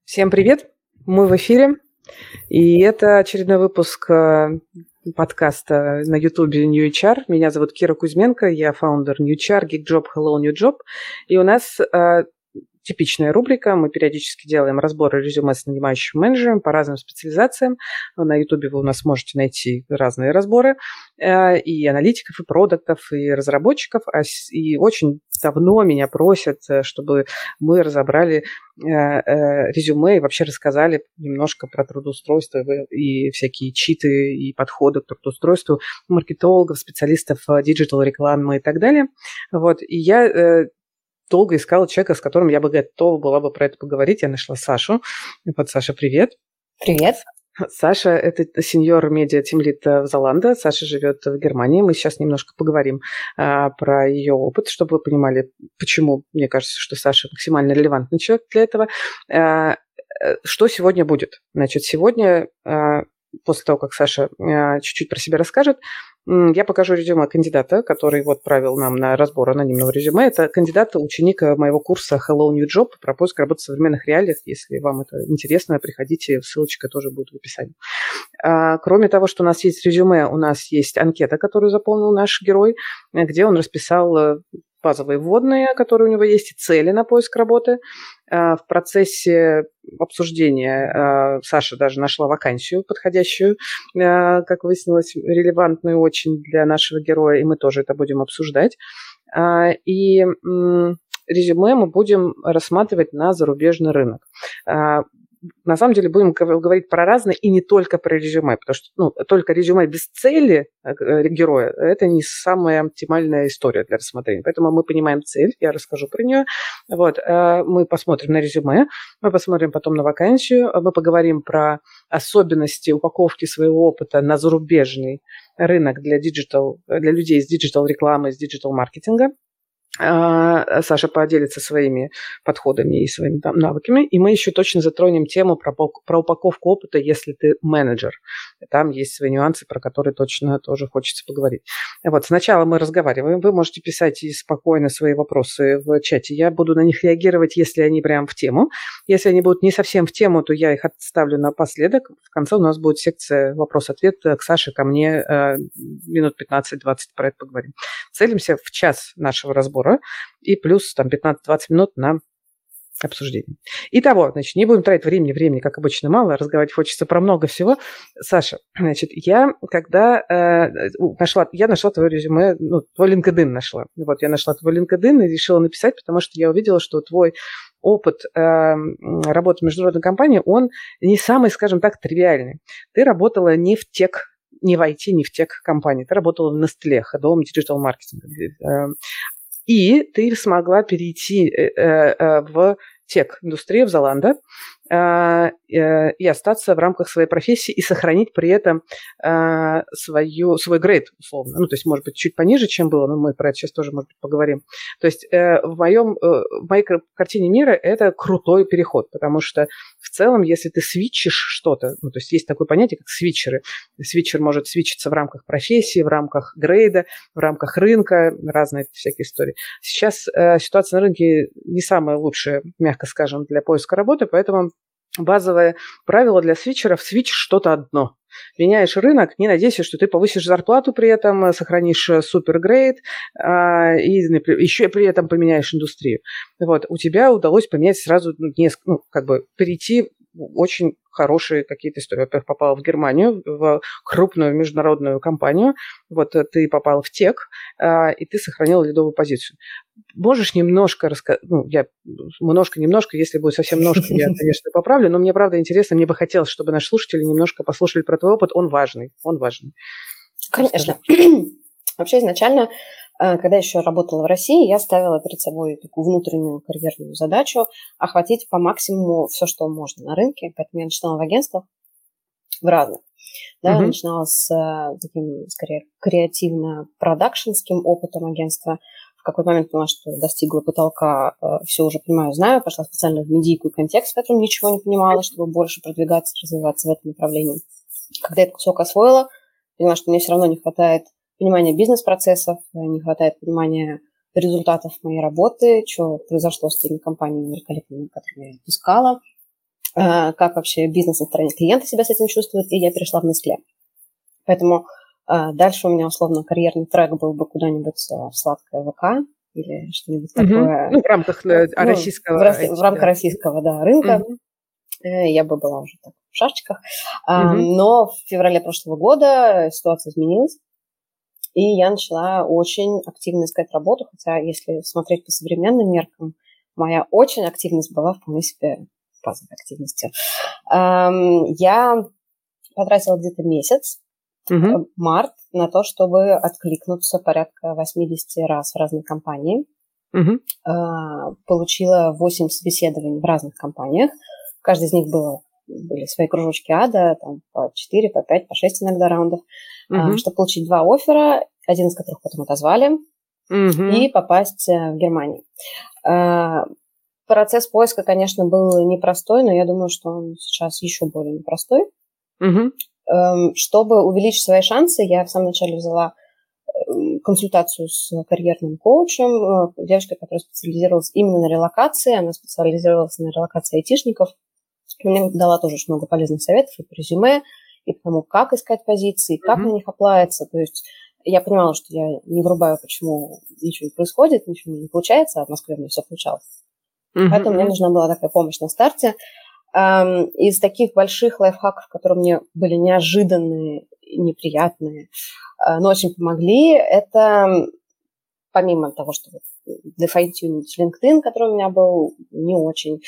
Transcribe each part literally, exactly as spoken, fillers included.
Всем привет! Мы в эфире, и это очередной выпуск э, подкаста на Ютубе New эйч ар. Меня зовут Кира Кузьменко, я фаундер New эйч ар, GeekJob, Hello New Job. И у нас э, типичная рубрика. Мы периодически делаем разборы резюме с нанимающим менеджером по разным специализациям. На Ютубе вы у нас можете найти разные разборы э, и аналитиков, и продуктов, и разработчиков. И очень давно меня просят, чтобы мы разобрали э, э, резюме и вообще рассказали немножко про трудоустройство и всякие читы и подходы к трудоустройству маркетологов, специалистов диджитал-рекламы и так далее. Вот. И я э, долго искала человека, с которым я бы готова была бы про это поговорить. Я нашла Сашу. Вот, Саша, привет. Привет. Саша – это сеньор медиа тимлид в Zalando. Саша живет в Германии. Мы сейчас немножко поговорим а, про ее опыт, чтобы вы понимали, почему, мне кажется, что Саша максимально релевантный человек для этого. А, что сегодня будет? Значит, сегодня, а, после того, как Саша а, чуть-чуть про себя расскажет, я покажу резюме кандидата, который вот правил нам на разбор анонимного резюме. Это кандидат, ученик моего курса Hello New Job про поиск работы в современных реалиях. Если вам это интересно, приходите, ссылочка тоже будет в описании. А, кроме того, что у нас есть резюме, у нас есть анкета, которую заполнил наш герой, где он расписал базовые вводные, которые у него есть, и цели на поиск работы. В процессе обсуждения Саша даже нашла вакансию подходящую, как выяснилось, релевантную очень для нашего героя, и мы тоже это будем обсуждать. И резюме мы будем рассматривать на зарубежный рынок. На самом деле будем говорить про разные и не только про резюме, потому что ну, только резюме без цели героя – это не самая оптимальная история для рассмотрения. Поэтому мы понимаем цель, я расскажу про нее. Вот, мы посмотрим на резюме, мы посмотрим потом на вакансию, мы поговорим про особенности упаковки своего опыта на зарубежный рынок для, digital, для людей из диджитал-рекламы, из диджитал-маркетинга. Саша поделится своими подходами и своими там навыками. И мы еще точно затронем тему про, про упаковку опыта, если ты менеджер. Там есть свои нюансы, про которые точно тоже хочется поговорить. Вот, сначала мы разговариваем. Вы можете писать и спокойно свои вопросы в чате. Я буду на них реагировать, если они прям в тему. Если они будут не совсем в тему, то я их отставлю напоследок. В конце у нас будет секция вопрос-ответ к Саше, ко мне минут пятнадцать-двадцать про это поговорим. Целимся в час нашего разбора и плюс там пятнадцать-двадцать минут на обсуждение. Итого, значит, не будем тратить времени, времени, как обычно, мало, разговаривать хочется про много всего. Саша, значит, я когда э, нашла, я нашла твое резюме, ну, твой LinkedIn нашла. Вот, я нашла твой LinkedIn и решила написать, потому что я увидела, что твой опыт э, работы в международной компании, он не самый, скажем так, тривиальный. Ты работала не в тех не в ай ти, не в тех-компании. Ты работала в Nestlé, ходовом диджитал-маркетинге. И ты смогла перейти в тех-индустрию, в Zalando, и остаться в рамках своей профессии и сохранить при этом свою, свой грейд, условно. Ну, то есть, может быть, чуть пониже, чем было, но мы про это сейчас тоже, может быть, поговорим. То есть в, моем, в моей картине мира это крутой переход, потому что в целом, если ты свитчишь что-то, ну, то есть есть такое понятие, как свитчеры. Свитчер может свитчиться в рамках профессии, в рамках грейда, в рамках рынка, разные всякие истории. Сейчас ситуация на рынке не самая лучшая, мягко скажем, для поиска работы, поэтому базовое правило для свитчеров – свитч что-то одно. Меняешь рынок, не надейся, что ты повысишь зарплату при этом, сохранишь супергрейд а, и еще при этом поменяешь индустрию. Вот, у тебя удалось поменять сразу, ну, несколько, ну, как бы перейти в очень хорошие какие-то истории. Во-первых, попала в Германию, в крупную международную компанию. Вот ты попал в тех, а, и ты сохранил лидовую позицию. Можешь немножко рассказать, ну, я немножко-немножко, если будет совсем немножко, я, конечно, поправлю, но мне, правда, интересно, мне бы хотелось, чтобы наши слушатели немножко послушали про твой опыт, он важный, он важный. Конечно. Вообще, изначально, когда еще работала в России, я ставила перед собой такую внутреннюю карьерную задачу охватить по максимуму все, что можно на рынке, поэтому я начинала в агентствах, в разных. Да, uh-huh. Начинала с таким, скорее, креативно-продакшенским опытом агентства. В какой-то момент поняла, что достигла потолка, все уже понимаю, знаю, пошла специально в медийку и контекст, в котором ничего не понимала, чтобы больше продвигаться, развиваться в этом направлении. Когда этот кусок освоила, поняла, что мне все равно не хватает понимания бизнес-процессов, не хватает понимания результатов моей работы, что произошло с теми компаниями великолепными, которые я искала. как вообще бизнес на стороне клиента себя с этим чувствует, и я перешла в Nestlé. Поэтому дальше у меня, условно, карьерный трек был бы куда-нибудь в сладкое ВК или что-нибудь mm-hmm. такое. Ну, в рамках ну, российского... В, в рамках российского, да, рынка. Mm-hmm. Я бы была уже так в шашечках. Mm-hmm. Но в феврале прошлого года ситуация изменилась, и я начала очень активно искать работу, хотя, если смотреть по современным меркам, моя очень активность была вполне себе базовой активностью. Я потратила где-то месяц, uh-huh. март, на то, чтобы откликнуться порядка восемьдесят раз в разные компании. Uh-huh. Получила восемь собеседований в разных компаниях. В каждой из них было, были свои кружочки ада, там по четыре, по пять, по шесть иногда раундов, uh-huh. чтобы получить два оффера, один из которых потом отозвали, uh-huh. и попасть в Германию. Процесс поиска, конечно, был непростой, но я думаю, что он сейчас еще более непростой. Uh-huh. Чтобы увеличить свои шансы, я в самом начале взяла консультацию с карьерным коучем, девушкой, которая специализировалась именно на релокации, она специализировалась на релокации айтишников. И мне дала тоже очень много полезных советов и по резюме, и по тому, как искать позиции, как uh-huh. на них оплавиться. То есть я понимала, что я не врубаю, почему ничего не происходит, ничего не получается, а в Москве у меня все получалось. Uh-huh. Поэтому мне нужна была такая помощь на старте. Из таких больших лайфхаков, которые мне были неожиданные, неприятные, но очень помогли, это помимо того, что дефайн-тюнить LinkedIn, который у меня был не очень,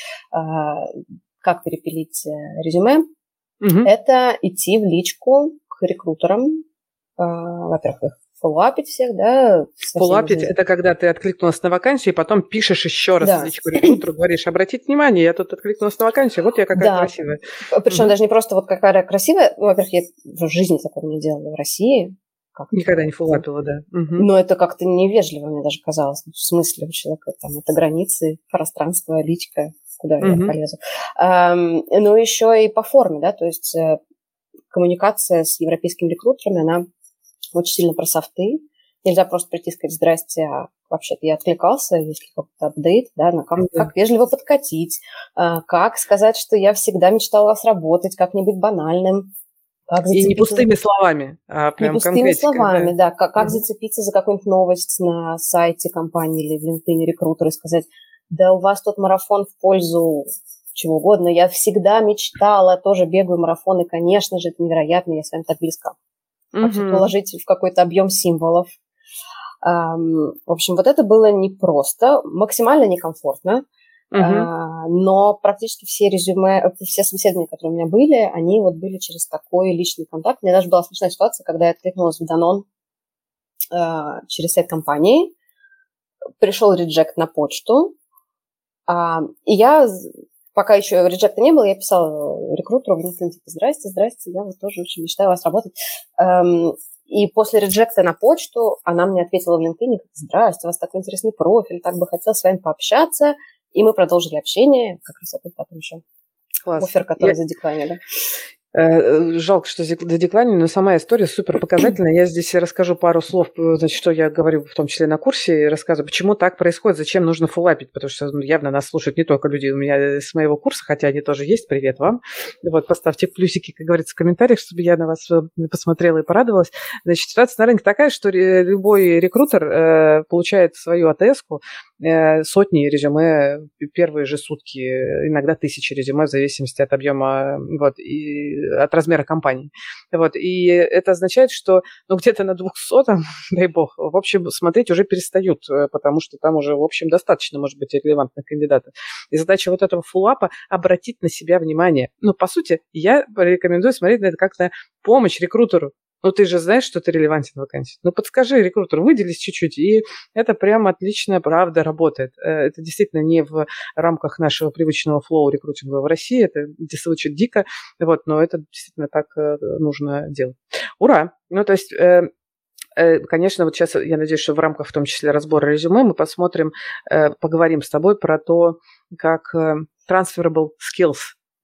как перепилить резюме, uh-huh. это идти в личку к рекрутерам, во-первых, их фоллоуапить всех, да. Фоллоуапить – это когда ты откликнулась на вакансию, и потом пишешь еще раз да. в личку рекрутеру, говоришь, обратите внимание, я тут откликнулась на вакансию, вот я какая да. красивая. Причем угу. даже не просто вот какая красивая, во-первых, я в жизни такого не делала в России. Как Никогда не фоллоуапила, да. Угу. Но это как-то невежливо, мне даже казалось. В смысле, у человека там это границы, пространство, личка, куда угу. я полезу. А, но еще и по форме, да, то есть коммуникация с европейскими рекрутерами, она очень сильно про софты. Нельзя просто прийти и сказать «здрасте», а вообще-то я откликался, есть какой-то апдейт, да, на как, mm-hmm. как вежливо подкатить, как сказать, что я всегда мечтала у вас работать, как не быть банальным. Как и не пустыми за... словами, а прям не пустыми словами, да, да как, как mm-hmm. зацепиться за какую-нибудь новость на сайте компании или в LinkedIn рекрутера и сказать «да у вас тут марафон в пользу чего угодно, я всегда мечтала, тоже бегаю марафоны, конечно же, это невероятно, я с вами так близка». Как все положить в какой-то объем символов. Um, в общем, вот это было непросто, максимально некомфортно, uh-huh. uh, но практически все резюме, все собеседования, которые у меня были, они вот были через такой личный контакт. У меня даже была смешная ситуация, когда я откликнулась в Danone uh, через сайт компании, пришел реджект на почту, uh, и я... Пока еще реджекта не было, я писала рекрутеру в LinkedIn, типа, здрасте, здрасте, я вот тоже очень мечтаю у вас работать. Эм, и после реджекта на почту она мне ответила в LinkedIn, здрасте, у вас такой интересный профиль, так бы хотела с вами пообщаться. И мы продолжили общение, как раз тут потом еще Класс. Оффер, который я... задекланили. Жалко, что задекланили, но сама история супер показательная. Я здесь расскажу пару слов, значит, что я говорю в том числе на курсе, и рассказываю, почему так происходит, зачем нужно фуллапить, потому что ну, явно нас слушают не только люди у меня с моего курса, хотя они тоже есть. Привет вам. Вот, поставьте плюсики, как говорится, в комментариях, чтобы я на вас посмотрела и порадовалась. Значит, ситуация на рынке такая, что любой рекрутер э, получает свою АТС-ку, э, сотни резюме, первые же сутки, иногда тысячи резюме, в зависимости от объема, вот, и от размера компании. Вот. И это означает, что ну, где-то на двухсотом, дай бог, в общем, смотреть уже перестают, потому что там уже, в общем, достаточно, может быть, релевантных кандидатов. И задача вот этого фуллапа – обратить на себя внимание. Ну, по сути, я рекомендую смотреть на это как на помощь рекрутеру. Ну, ты же знаешь, что ты релевантен в вакансии. Ну, подскажи рекрутеру, выделись чуть-чуть. И это прям отлично, правда, работает. Это действительно не в рамках нашего привычного флоу рекрутинга в России. Это звучит дико, вот, но это действительно так нужно делать. Ура! Ну, то есть... Конечно, вот сейчас, я надеюсь, что в рамках, в том числе, разбора резюме, мы посмотрим, поговорим с тобой про то, как transferable skills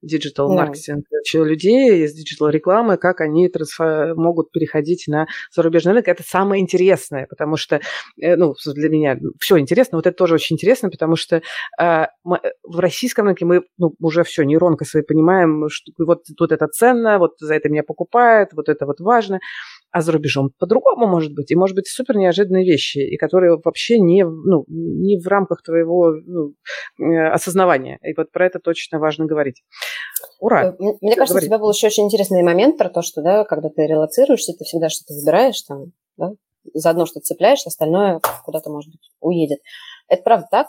диджитал-маркетинг да. людей, из диджитал-рекламы, как они трансфер... могут переходить на зарубежный рынок. Это самое интересное, потому что, ну, для меня все интересно, вот это тоже очень интересно, потому что э, мы, в российском рынке мы ну, уже все нейронкой своей понимаем, что вот тут это ценно, вот за это меня покупают, вот это вот важно. А за рубежом по-другому может быть. И, может быть, супер неожиданные вещи, и которые вообще не, ну, не в рамках твоего ну, осознавания. И вот про это точно важно говорить. Ура! Мне Все, кажется, говори. У тебя был еще очень интересный момент про то, что, да, когда ты релоцируешься, ты всегда что-то выбираешь, там, да, заодно что-то цепляешь, остальное куда-то, может быть, уедет. Это правда так.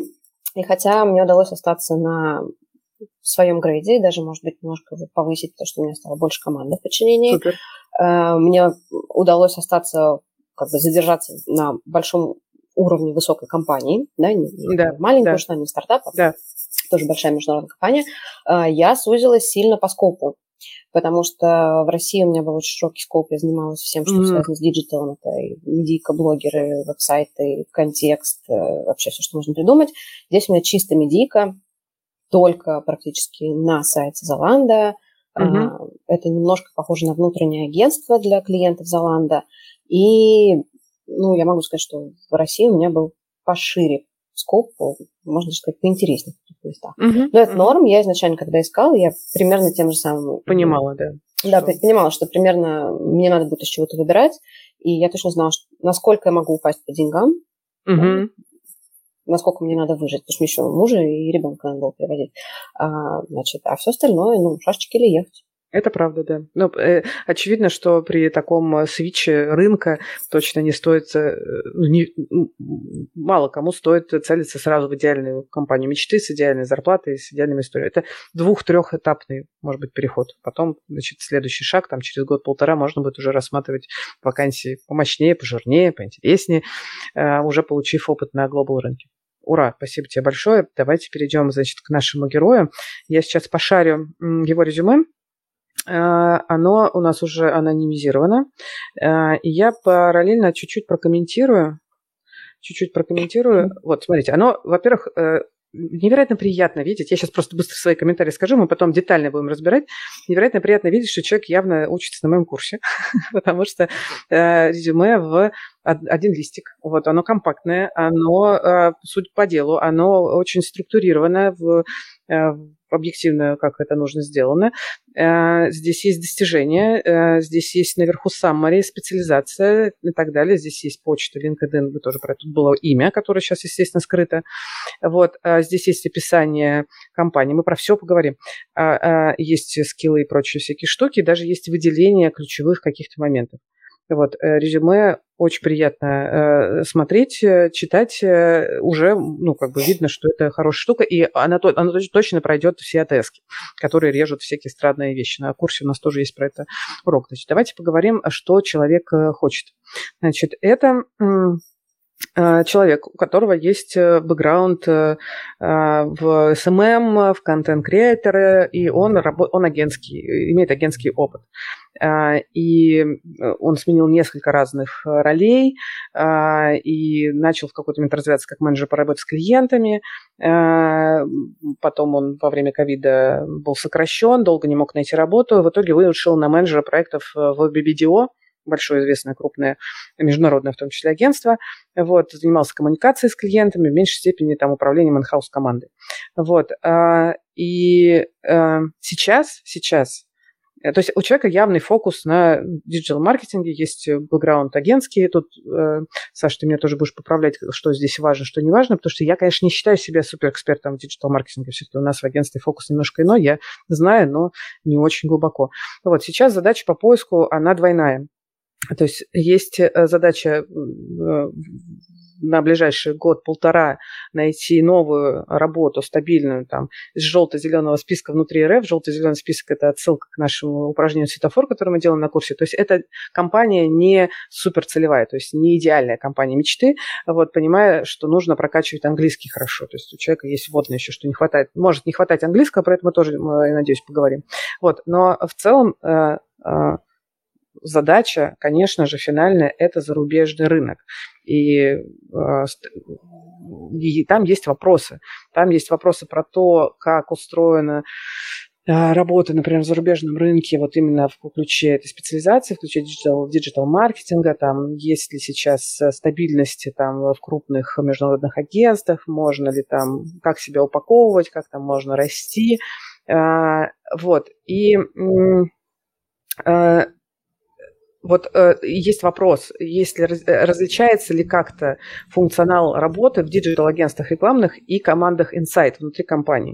И хотя мне удалось остаться на в своем грейде, и даже, может быть, немножко повысить то, что у меня стало больше команды в подчинении. Супер. Мне удалось остаться, как бы задержаться на большом уровне высокой компании, да, не, не да, маленькая, да. Что не стартап, а да. Тоже большая международная компания. Я сузилась сильно по скопу, потому что в России у меня был очень широкий скоп, я занималась всем, что mm-hmm. связано с диджиталом, это и медийка, блогеры, веб-сайты, контекст, вообще все, что можно придумать. Здесь у меня чисто медийка, только практически на сайте Zalando. Uh-huh. Это немножко похоже на внутреннее агентство для клиентов Zalando. И, ну, я могу сказать, что в России у меня был пошире скоп, можно сказать, поинтереснее в таких местах. Uh-huh. Но это uh-huh. норм. Я изначально, когда искала, я примерно тем же самым... Понимала, да. Да, что... понимала, что примерно мне надо будет из чего-то выбирать. И я точно знала, что, насколько я могу упасть по деньгам. Uh-huh. Да, насколько мне надо выжить, потому что еще мужа и ребенка надо было приводить. А, значит, а все остальное, ну, шашечки или ехать. Это правда, да. Но э, очевидно, что при таком свитче рынка точно не стоит, э, не, мало кому стоит целиться сразу в идеальную компанию мечты с идеальной зарплатой, с идеальными историями. Это двух-трехэтапный, может быть, переход. Потом, значит, следующий шаг, там через год-полтора можно будет уже рассматривать вакансии помощнее, пожирнее, поинтереснее, э, уже получив опыт на глобал рынке. Ура, спасибо тебе большое. Давайте перейдем, значит, к нашему герою. Я сейчас пошарю его резюме. Оно у нас уже анонимизировано. И я параллельно чуть-чуть прокомментирую. Чуть-чуть прокомментирую. Вот, смотрите, оно, во-первых, невероятно приятно видеть. Я сейчас просто быстро свои комментарии скажу, мы потом детально будем разбирать. Невероятно приятно видеть, что человек явно учится на моем курсе, потому что резюме в один листик. Вот, оно компактное, оно, суть по делу, оно очень структурировано в объективно, как это нужно сделано. Здесь есть достижения, здесь есть наверху summary, специализация и так далее. Здесь есть почта, LinkedIn, вы тоже про это. Тут было имя, которое сейчас, естественно, скрыто. Вот. Здесь есть описание компании. Мы про все поговорим. Есть скиллы и прочие всякие штуки. Даже есть выделение ключевых каких-то моментов. Вот, резюме очень приятно э, смотреть, читать. Э, уже, ну, как бы видно, что это хорошая штука, и она, она точно пройдет все АТСки, которые режут всякие странные вещи. На курсе у нас тоже есть про это урок. Значит, давайте поговорим, что человек хочет. Значит, это... человек, у которого есть бэкграунд в эс эм эм, в контент-креаторы, и он, он агентский, имеет агентский опыт. И он сменил несколько разных ролей и начал в какой-то момент развиваться как менеджер по работе с клиентами. Потом он во время ковида был сокращен, долго не мог найти работу. В итоге вышел на менеджера проектов в би би ди о, большое известное, крупное, международное, в том числе, агентство. Вот, занимался коммуникацией с клиентами, в меньшей степени там, управлением in-house командой. Вот, и сейчас, сейчас, то есть у человека явный фокус на диджитал-маркетинге, есть бэкграунд агентский. Тут, Саша, ты меня тоже будешь поправлять, что здесь важно, что не важно, потому что я, конечно, не считаю себя суперэкспертом в диджитал-маркетинге. Все-таки у нас в агентстве фокус немножко иной, я знаю, но не очень глубоко. Вот, сейчас задача по поиску, она двойная. То есть есть задача на ближайший год-полтора найти новую работу, стабильную, там, из желто-зеленого списка внутри эр эф. Желто-зеленый список – это отсылка к нашему упражнению «Светофор», которое мы делаем на курсе. То есть это компания не суперцелевая, то есть не идеальная компания мечты, вот, понимая, что нужно прокачивать английский хорошо. То есть у человека есть вводное еще, что не хватает. Может не хватать английского, про это мы тоже, я надеюсь, поговорим. Вот, но в целом задача, конечно же, финальная – это зарубежный рынок. И, и там есть вопросы. Там есть вопросы про то, как устроена работы, например, в зарубежном рынке, вот именно в ключе этой специализации, в ключе диджитал, диджитал-маркетинга, там, есть ли сейчас стабильность там, в крупных международных агентствах, можно ли там, как себя упаковывать, как там можно расти. Вот, и вот есть вопрос, если различается ли как-то функционал работы в диджитал-агентствах рекламных и командах Insight внутри компании?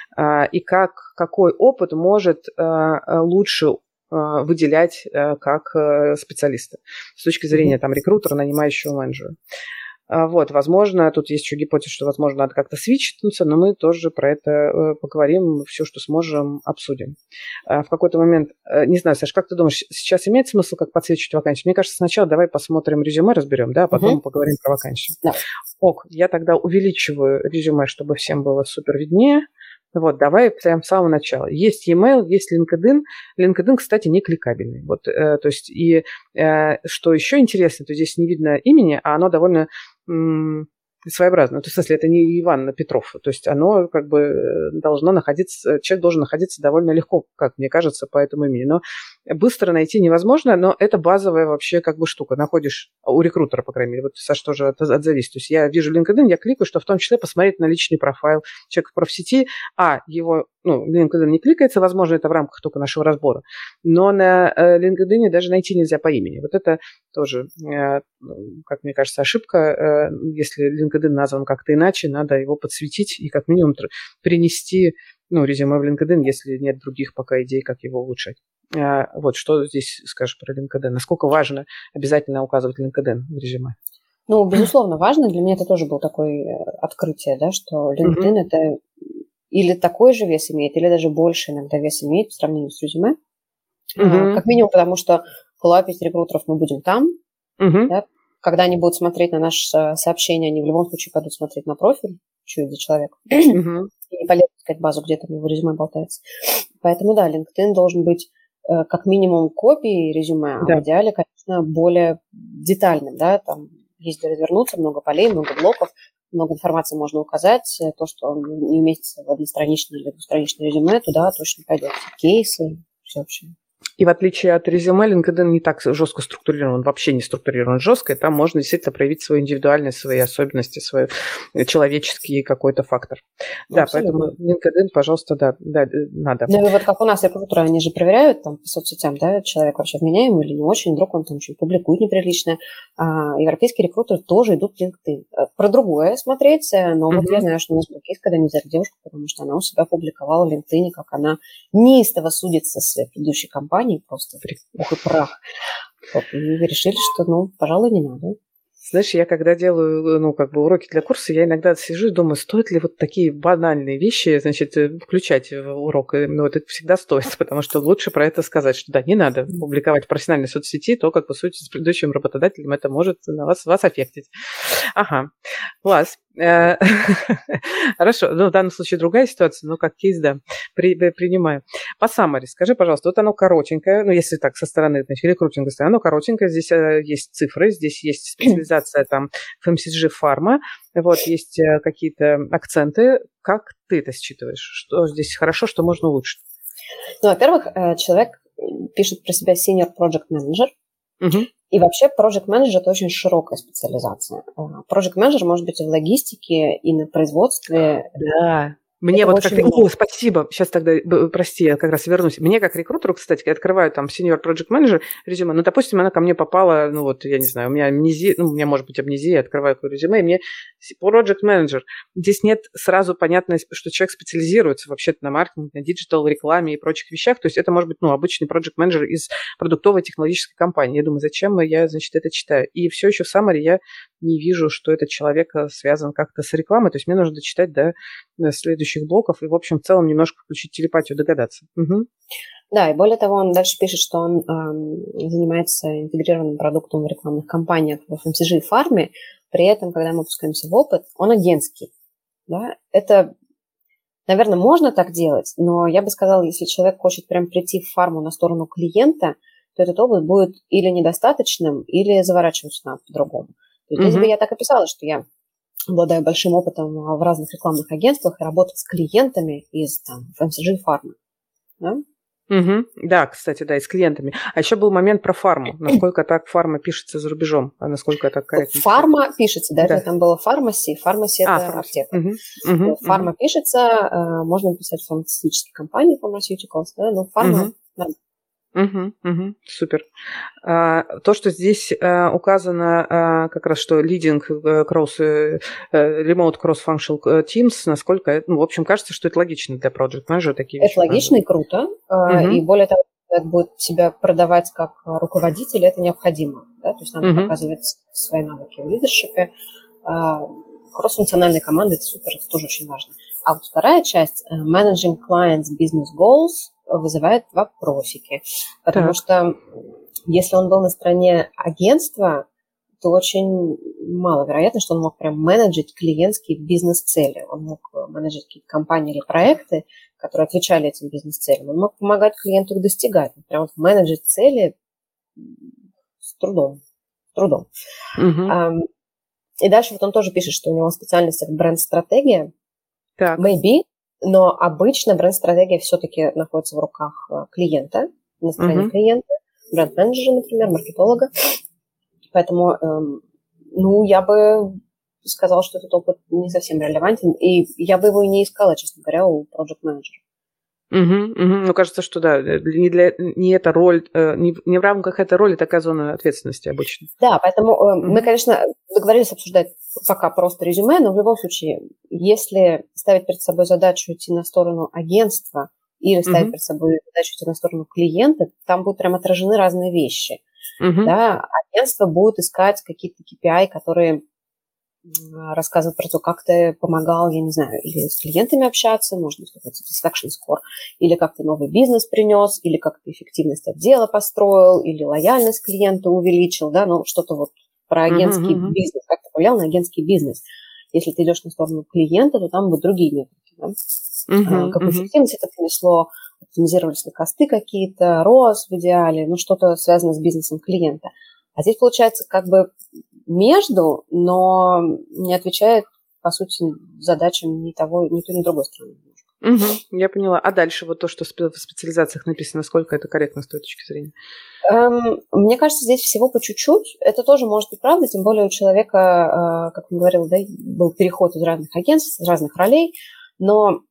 И как, какой опыт может лучше выделять как специалиста с точки зрения там, рекрутера, нанимающего менеджера. Вот, возможно, тут есть еще гипотеза, что, возможно, надо как-то свитчнуться, но мы тоже про это поговорим, все, что сможем, обсудим. В какой-то момент, не знаю, Саша, как ты думаешь, сейчас имеет смысл как подсвечивать вакансию? Мне кажется, сначала давай посмотрим резюме, разберем, да, а потом угу. поговорим про вакансию. Да. Ок, я тогда увеличиваю резюме, чтобы всем было супер виднее. Вот, давай прямо с самого начала. Есть e-mail, есть LinkedIn. LinkedIn, кстати, не кликабельный. Вот, э, то есть, и э, что еще интересно, то здесь не видно имени, а оно довольно м- своеобразно. То есть, в смысле, это не Иван Петров. То есть, оно как бы должно находиться, человек должен находиться довольно легко, как мне кажется, по этому имени. Но быстро найти невозможно, но это базовая вообще как бы штука. Находишь у рекрутера, по крайней мере. Вот, Саша, тоже от, отзовись. То есть, я вижу LinkedIn, я кликаю, что в том числе посмотреть на личный профайл человека в профсети, а его, ну, LinkedIn не кликается, возможно, это в рамках только нашего разбора, но на LinkedIn даже найти нельзя по имени. Вот это тоже, как мне кажется, ошибка. Если LinkedIn назван как-то иначе, надо его подсветить и как минимум принести, ну, резюме в LinkedIn, если нет других пока идей, как его улучшать. Вот, что здесь скажешь про LinkedIn? Насколько важно обязательно указывать LinkedIn в резюме? Ну, безусловно, важно. Для меня это тоже было такое открытие, да, что LinkedIn mm-hmm. это или такой же вес имеет, или даже больше иногда вес имеет по сравнению с резюме. Mm-hmm. Как минимум, потому что лапить рекрутеров мы будем там. Mm-hmm. Да? Когда они будут смотреть на наше сообщение, они в любом случае пойдут смотреть на профиль, что это за человек. Mm-hmm. И полезно искать базу, где там его резюме болтается. Поэтому, да, LinkedIn должен быть как минимум копией резюме, а yeah. в идеале, конечно, более детальным, да, там есть где развернуться, много полей, много блоков, много информации можно указать. То, что не уместится в одностраничное или двустраничное резюме, туда точно пойдет. Кейсы, все вообще. И в отличие от резюме, LinkedIn не так жестко структурирован, он вообще не структурирован жестко, и там можно действительно проявить свою индивидуальность, свои особенности, свой человеческий какой-то фактор. Да, абсолютно. Поэтому LinkedIn, пожалуйста, да, да, надо. Ну и вот как у нас рекрутеры, они же проверяют там по соцсетям, да, человек вообще вменяемый или не очень, вдруг он там что-то публикует неприличное. А европейские рекрутеры тоже идут в LinkedIn. Про другое смотреть, но mm-hmm. вот я знаю, что у нас был кейс, когда они взяли девушку, потому что она у себя публиковала в LinkedIn, как она неистово судится с предыдущей компанией, просто ух и прах. Вот, и решили, что, ну, пожалуй, не надо. Знаешь, я когда делаю, ну, как бы уроки для курса, я иногда сижу и думаю, стоит ли вот такие банальные вещи, значит, включать в урок. Ну, вот это всегда стоит, потому что лучше про это сказать, что да, не надо публиковать в профессиональной соцсети то, как вы судите с предыдущим работодателем, это может на вас, вас аффектить. Ага, класс. Хорошо, ну, в данном случае другая ситуация, но как кейс, да, при, принимаю. По summary, скажи, пожалуйста, вот оно коротенькое, ну, если так, со стороны, значит, рекрутинга, оно коротенькое, здесь э, есть цифры, здесь есть специализация там эф эм си джи фарма, вот, есть э, какие-то акценты. Как ты это считываешь? Что здесь хорошо, что можно улучшить? Ну, во-первых, человек пишет про себя senior project manager. Угу. И вообще Project Manager – это очень широкая специализация. Project Manager может быть и в логистике, и на производстве. Да. Мне это вот как... О, спасибо. Сейчас тогда, прости, я как раз вернусь. Мне как рекрутеру, кстати, я открываю там Senior Project Manager резюме, ну, допустим, она ко мне попала, ну, вот, я не знаю, у меня амнезия, ну, у меня может быть амнезия, я открываю какое резюме, и мне Project Manager. Здесь нет сразу понятно, что человек специализируется вообще-то на маркетинге, на диджитал, рекламе и прочих вещах, то есть это может быть, ну, обычный Project Manager из продуктовой технологической компании. Я думаю, зачем я, значит, это читаю? И все еще в summary я не вижу, что этот человек связан как-то с рекламой, то есть мне нужно дочитать до следующего блоков и, в общем, в целом немножко включить телепатию, догадаться. Угу. Да, и более того, он дальше пишет, что он эм, занимается интегрированным продуктом в рекламных кампаниях в эф эм си джи и фарме, при этом, когда мы опускаемся в опыт, он агентский. Да? Это, наверное, можно так делать, но я бы сказала, если человек хочет прям прийти в фарму на сторону клиента, то этот опыт будет или недостаточным, или заворачиваться надо по-другому. То есть, угу. Если бы я так описала, что я обладаю большим опытом в разных рекламных агентствах и работать с клиентами из там, эф эм си джи и фармы. Да? Угу. Да, кстати, да, и с клиентами. А еще был момент про фарму. Насколько так фарма пишется за рубежом, а насколько это корректно? Фарма пишется, да, да. это там было фармаси. Фармаси – это а, аптека. Угу. Угу. Фарма угу. пишется, можно написать фармацевтические компании, pharmaceuticals, да, но фарма… Угу. Угу, угу, супер. А, то, что здесь а, указано а, как раз, что leading cross, uh, remote cross-functional teams, насколько, ну, в общем, кажется, что это логично для project manager такие вещи. Это логично и круто, угу. и более того, человек будет себя продавать как руководитель, это необходимо, да, то есть надо угу. показывать свои навыки в лидершипе. Кросс-функциональные команды – это супер, это тоже очень важно. А вот вторая часть, managing clients business goals, вызывает вопросики. Потому так. что если он был на стороне агентства, то очень маловероятно, что он мог прям менеджить клиентские бизнес-цели. Он мог менеджить какие-то компании или проекты, которые отвечали этим бизнес-целям. Он мог помогать клиенту их достигать. Прям вот менеджить цели с трудом. С трудом. Угу. И дальше вот он тоже пишет, что у него специальность – это бренд-стратегия. Так. Maybe. Но обычно бренд-стратегия все-таки находится в руках клиента, на стороне uh-huh. клиента, бренд-менеджера, например, маркетолога. Поэтому, эм, ну, я бы сказала, что этот опыт не совсем релевантен, и я бы его и не искала, честно говоря, у проджект-менеджера. Угу, угу. Ну, кажется, что да, не, для, не эта роль, не, не в рамках этой роли такая зона ответственности обычно. Да, поэтому э, угу. мы, конечно, договорились обсуждать пока просто резюме, но в любом случае, если ставить перед собой задачу идти на сторону агентства или ставить угу. перед собой задачу идти на сторону клиента, там будут прям отражены разные вещи. Угу. Да, агентство будет искать какие-то кей пи ай, которые рассказывать про то, как ты помогал, я не знаю, или с клиентами общаться, может быть, какой-то satisfaction score, или как ты новый бизнес принес, или как ты эффективность отдела построил, или лояльность клиента увеличил, да, ну, что-то вот про агентский uh-huh, uh-huh. бизнес, как ты повлиял на агентский бизнес. Если ты идешь на сторону клиента, то там будут другие метрики, да? uh-huh, Какую uh-huh. эффективность это принесло, оптимизировались ли косты какие-то, рост в идеале, ну, что-то связанное с бизнесом клиента. А здесь, получается, как бы между, но не отвечает, по сути, задачам ни того, ни той, ни другой стороны. Угу, я поняла. А дальше вот то, что в специализациях написано, насколько это корректно с той точки зрения? Эм, мне кажется, здесь всего по чуть-чуть. Это тоже может быть правда, тем более у человека, э, как он говорил, да, был переход из разных агентств, из разных ролей, но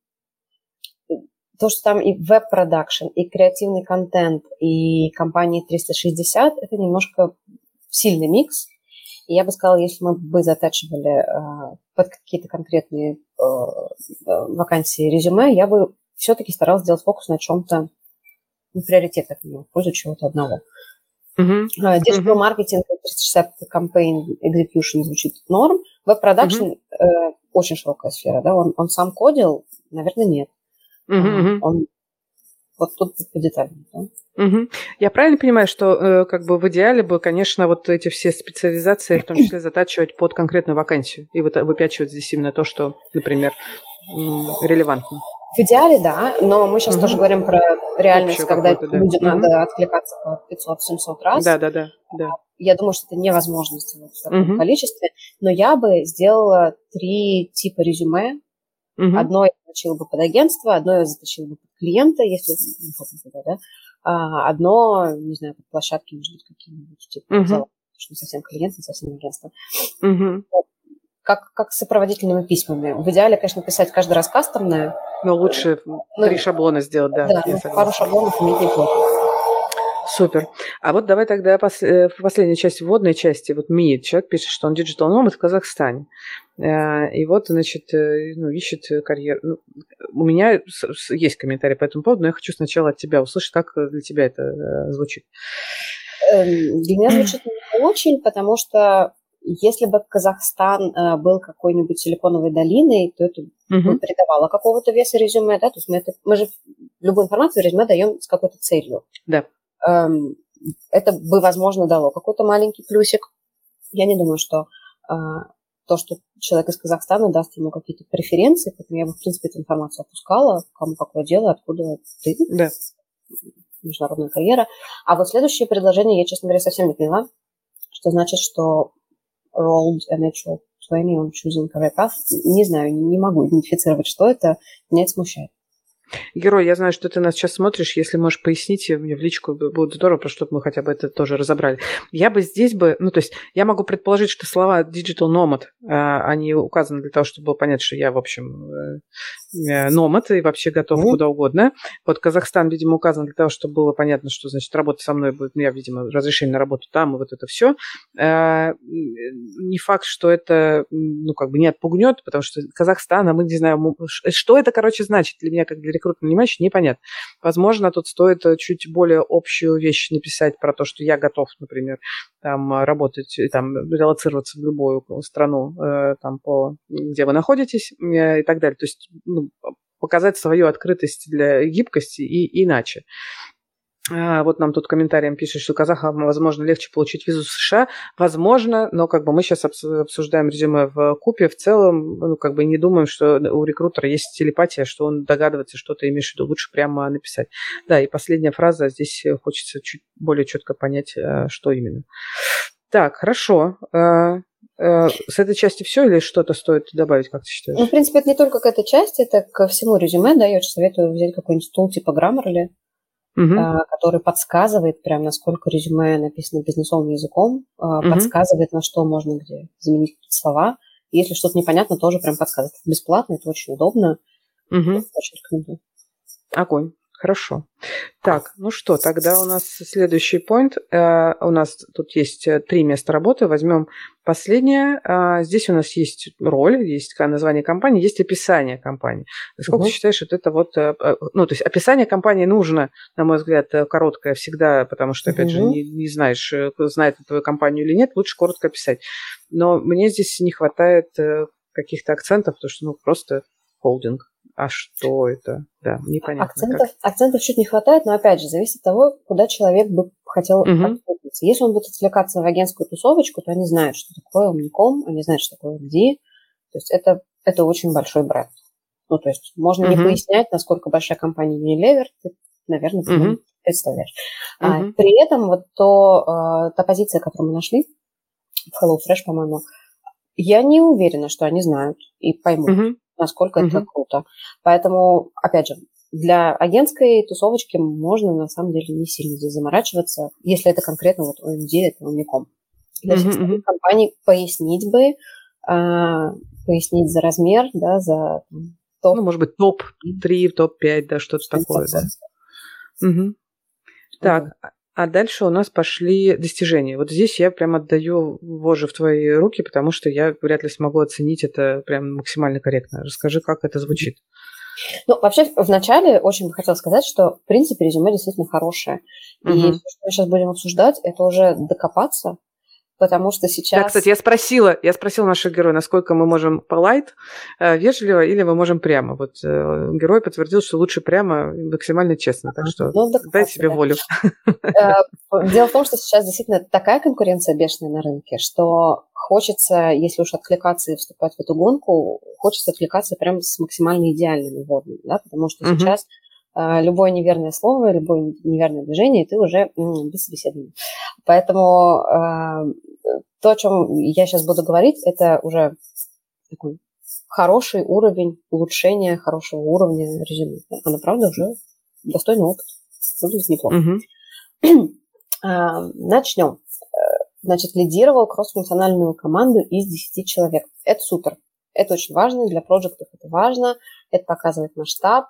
то, что там и веб-продакшн, и креативный контент, и компании триста шестьдесят, это немножко сильный микс. И я бы сказала, если мы бы затачивали э, под какие-то конкретные э, вакансии резюме, я бы все-таки старалась сделать фокус на чем-то, на приоритетах, в пользу чего-то одного. Uh-huh. Digital маркетинг, uh-huh. триста шестьдесят campaign execution звучит норм. Веб-продакшн uh-huh. э, очень широкая сфера. Да? Он, он сам кодил? Наверное, нет. Uh-huh. Он вот тут по деталям. Да? Угу. Я правильно понимаю, что э, как бы в идеале бы, конечно, вот эти все специализации, в том числе, затачивать под конкретную вакансию и вот выпячивать здесь именно то, что, например, релевантно? В идеале, да, но мы сейчас угу. тоже говорим про реальность, Общее когда да. людям угу. надо откликаться по пятьсот-семьсот раз. Да, да, да, да. Я думаю, что это невозможно сделать в таком угу. количестве, но я бы сделала три типа резюме. Угу. Одно я заточила бы под агентство, одно я заточила бы под клиента, если не хотим туда, да. А одно, не знаю, под площадки, может быть, какие-нибудь, типа, uh-huh. потому что не совсем клиент, не совсем агентство. Uh-huh. Как, как с сопроводительными письмами. В идеале, конечно, писать каждый раз кастомное. Но лучше ну, три шаблона сделать, да. Да, ну, пару шаблонов иметь неплохо. Супер. А вот давай тогда пос- в последней части, вводной части, вот МИД, человек пишет, что он диджитал номад в Казахстане. И вот, значит, ну, ищет карьеру. Ну, у меня есть комментарий по этому поводу, но я хочу сначала от тебя услышать, как для тебя это звучит. Для меня звучит не очень, потому что если бы Казахстан был какой-нибудь силиконовой долиной, то это uh-huh. бы придавало какого-то веса резюме, да, то есть мы, это, мы же любую информацию в резюме даем с какой-то целью. Да. Это бы, возможно, дало какой-то маленький плюсик. Я не думаю, что то, что человек из Казахстана даст ему какие-то преференции, поэтому я бы, в принципе, эту информацию опускала, кому какое дело, откуда ты, да. международная карьера. А вот следующее предложение я, честно говоря, совсем не поняла, что значит, что rolled a natural twenty on choosing career path. Не знаю, не могу идентифицировать, что это, меня это смущает. Герой, я знаю, что ты нас сейчас смотришь. Если можешь пояснить, мне в личку будет здорово, про чтобы мы хотя бы это тоже разобрали. Я бы здесь бы... Ну, то есть я могу предположить, что слова digital nomad, они указаны для того, чтобы было понятно, что я, в общем, номад и вообще готов mm-hmm. куда угодно. Вот Казахстан, видимо, указан для того, чтобы было понятно, что, значит, работа со мной будет... Ну, я, видимо, разрешение на работу там, и вот это все. Не факт, что это, ну, как бы не отпугнет, потому что Казахстан, а мы не знаем, что это, короче, значит для меня, как для рекрутера, нанимающего, непонятно. Возможно, тут стоит чуть более общую вещь написать про то, что я готов, например, там, работать, там, релоцироваться в любую страну, там, по, где вы находитесь, и так далее. То есть, ну, показать свою открытость для гибкости и иначе. Вот нам тут комментарием пишет, что казахам, возможно, легче получить визу в США. Возможно, но как бы мы сейчас обсуждаем резюме в купе. В целом, ну, как бы не думаем, что у рекрутера есть телепатия, что он догадывается, что ты имеешь в виду. Лучше прямо написать. Да, и последняя фраза. Здесь хочется чуть более четко понять, что именно. Так, хорошо. С этой части все или что-то стоит добавить, как ты считаешь? Ну, в принципе, это не только к этой части, это ко всему резюме, да, я очень советую взять какой-нибудь стул типа Grammarly, Uh-huh. который подсказывает прям, насколько резюме написано бизнесовым языком, uh-huh. подсказывает, на что можно где заменить какие-то слова. И если что-то непонятно, тоже прям подсказывает. Это бесплатно, это очень удобно. Uh-huh. Очень рекомендую. Огонь. Хорошо. Так, ну что, тогда у нас следующий point. Uh, у нас тут есть три места работы. Возьмем последнее. Uh, здесь у нас есть роль, есть название компании, есть описание компании. Сколько угу. ты считаешь, что это вот... Uh, ну, то есть описание компании нужно, на мой взгляд, короткое всегда, потому что, опять угу. же, не, не знаешь, знает твою компанию или нет, лучше коротко описать. Но мне здесь не хватает каких-то акцентов, потому что, ну, просто холдинг. А что это? Да, непонятно. Акцентов, акцентов чуть не хватает, но, опять же, зависит от того, куда человек бы хотел uh-huh. откликнуться. Если он будет отвлекаться в агентскую тусовочку, то они знают, что такое Omnicom, они знают, что такое эм ди. То есть это, это очень большой бренд. Ну, то есть можно uh-huh. не пояснять, насколько большая компания Unilever, ты, наверное, ты uh-huh. представляешь. Uh-huh. А, при этом вот то, та позиция, которую мы нашли в HelloFresh, по-моему, я не уверена, что они знают и поймут. Uh-huh. насколько uh-huh. это круто. Поэтому, опять же, для агентской тусовочки можно, на самом деле, не сильно здесь заморачиваться, если это конкретно вот о эм ди, это Omnicom. Для всех uh-huh. остальных компаний пояснить бы, а, пояснить за размер, да, за там, топ. Ну, может быть, топ три, топ пять, да, что-то что такое, да. Uh-huh. Так, uh-huh. А дальше у нас пошли достижения. Вот здесь я прям отдаю вожжи в твои руки, потому что я вряд ли смогу оценить это прям максимально корректно. Расскажи, как это звучит. Ну, вообще, вначале очень бы хотела сказать, что, в принципе, резюме действительно хорошее. И uh-huh. все, что мы сейчас будем обсуждать, это уже докопаться, потому что сейчас... Да, кстати, я спросила, я спросила наших героев, насколько мы можем полайт, вежливо, или мы можем прямо. Вот э, герой подтвердил, что лучше прямо, максимально честно. Так что ну, дай себе да. волю. Дело в том, что сейчас действительно такая конкуренция бешеная на рынке, что хочется, если уж откликаться и вступать в эту гонку, хочется откликаться прям с максимально идеальными вводными, да, потому что uh-huh. сейчас любое неверное слово, любое неверное движение, и ты уже м, без собеседования. Поэтому э, то, о чем я сейчас буду говорить, это уже такой хороший уровень улучшения, хорошего уровня резюме. Она, правда, уже достойный опыт. Выглядит неплохо. Uh-huh. э, начнем. Значит, лидировал кроссфункциональную команду из десяти человек. Это супер. Это очень важно. Для проектов это важно. Это показывает масштаб.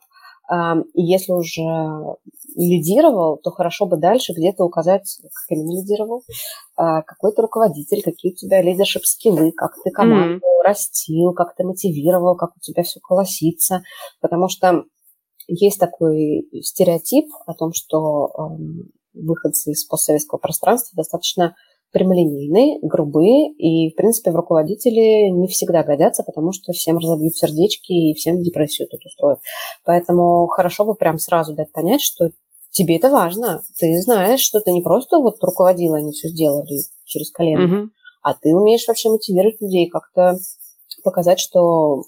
И если уже лидировал, то хорошо бы дальше где-то указать, как именно лидировал, какой ты руководитель, какие у тебя лидершип-скиллы, как ты команду mm-hmm. растил, как ты мотивировал, как у тебя все колосится. Потому что есть такой стереотип о том, что выходцы из постсоветского пространства достаточно прямолинейные, грубые, и, в принципе, в руководители не всегда годятся, потому что всем разобьют сердечки и всем депрессию тут устроят. Поэтому хорошо бы прям сразу дать понять, что тебе это важно. Ты знаешь, что ты не просто вот руководила, они все сделали через колено, mm-hmm. а ты умеешь вообще мотивировать людей, как-то показать, что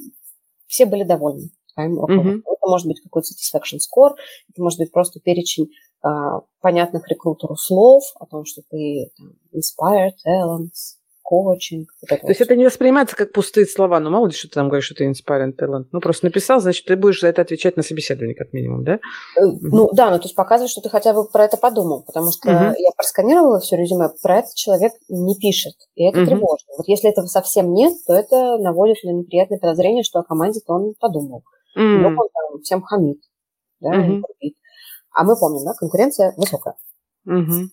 все были довольны твоим руководством. Mm-hmm. Это может быть какой-то satisfaction score, это может быть просто перечень понятных рекрутеру слов о том, что ты там, inspire talents, коучинг. Вот это То вот есть всё. это не воспринимается как пустые слова, ну мало ли, что ты там говоришь, что ты inspiring talent. Ну просто написал, значит, ты будешь за это отвечать на собеседовании как минимум, да? Э, Мгм. Ну да, ну то есть показывает, что ты хотя бы про это подумал, потому что Мгм. я просканировала все резюме, про это человек не пишет, и это Мгм. тревожно. Вот если этого совсем нет, то это наводит на неприятное подозрение, что о команде-то он подумал. Вдруг М. он там всем хамит, да, и Мгм. грубит. А мы помним, да, конкуренция высокая. Мгм.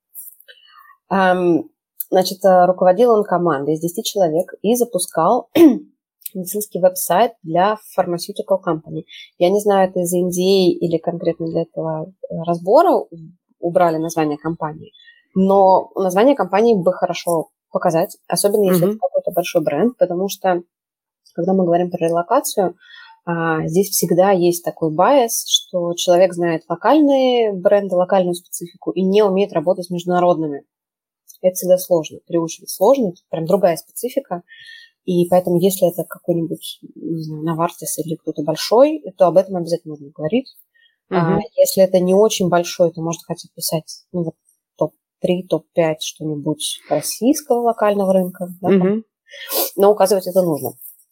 Ам, Значит, э, руководил он командой из десяти человек и запускал медицинский веб-сайт для pharmaceutical company. Я не знаю, это из Индии или конкретно для этого э, разбора у- убрали название компании, но название компании бы хорошо показать, особенно если это Мгм. какой-то большой бренд, потому что, когда мы говорим про релокацию, а, здесь всегда есть такой байс, что человек знает локальные бренды, локальную специфику и не умеет работать с международными. Это всегда сложно, приучивать сложно, это прям другая специфика. И поэтому, если это какой-нибудь, не знаю, Novartis или кто-то большой, то об этом обязательно нужно говорить. А Мгм. если это не очень большой, то можно хотя бы писать ну, вот, топ три, топ пять что-нибудь российского локального рынка. Да, там. Мгм. Но указывать это нужно.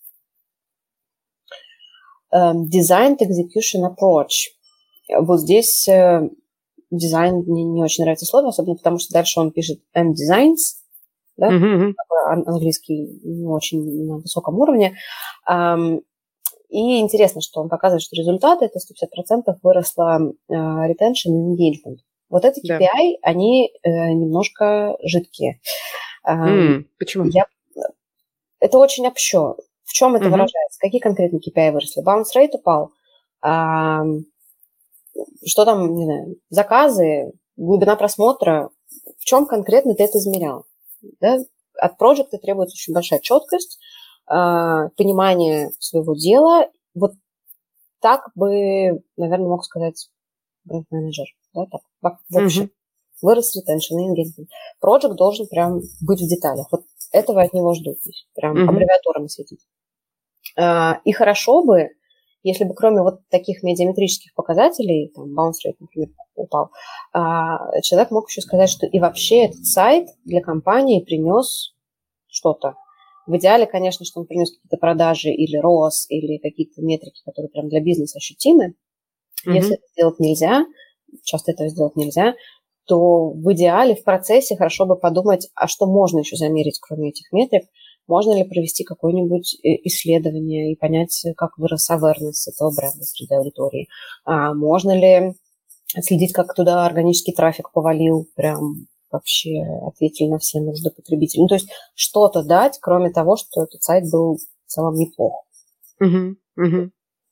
Эм, Designed Execution Approach. Вот здесь э, дизайн мне не очень нравится слово, особенно потому, что дальше он пишет and designs, да, Мгм. Мгм. такой ан- английский не очень на высоком уровне. Ам, И интересно, что он показывает, что результаты это сто пятьдесят процентов выросло э, retention и engagement. Вот эти Да. кей пи ай, они э, немножко жидкие. Ам, М. Почему? я, это очень общо. В чем это Мгм. выражается? Какие конкретно кей пи ай выросли? Bounce rate упал? Ам, что там, не знаю, заказы, глубина просмотра? В чем конкретно ты это измерял? Да? От проекта требуется очень большая четкость, а, понимание своего дела. Вот так бы, наверное, мог сказать бренд-менеджер. Да, так, в в общем. Мгм. Вырос retention и engagement. Проект должен прям быть в деталях. Вот этого от него ждут. Здесь прям Мгм. аббревиатурами светить. А, И хорошо бы, если бы кроме вот таких медиаметрических показателей, там, bounce rate, например, упал, а, человек мог еще сказать, что и вообще этот сайт для компании принес что-то. В идеале, конечно, что он принес какие-то продажи или рост, или какие-то метрики, которые прям для бизнеса ощутимы. Если Мгм. это сделать нельзя, часто этого сделать нельзя, то в идеале в процессе хорошо бы подумать, а что можно еще замерить, кроме этих метрик. Можно ли провести какое-нибудь э, исследование и понять, как вырос awareness этого бренда среди аудитории. А можно ли отследить, как туда органический трафик повалил, прям вообще ответили на все нужды потребителей. Ну, то есть что-то дать, кроме того, что этот сайт был в целом неплох. Мгм. Мгм.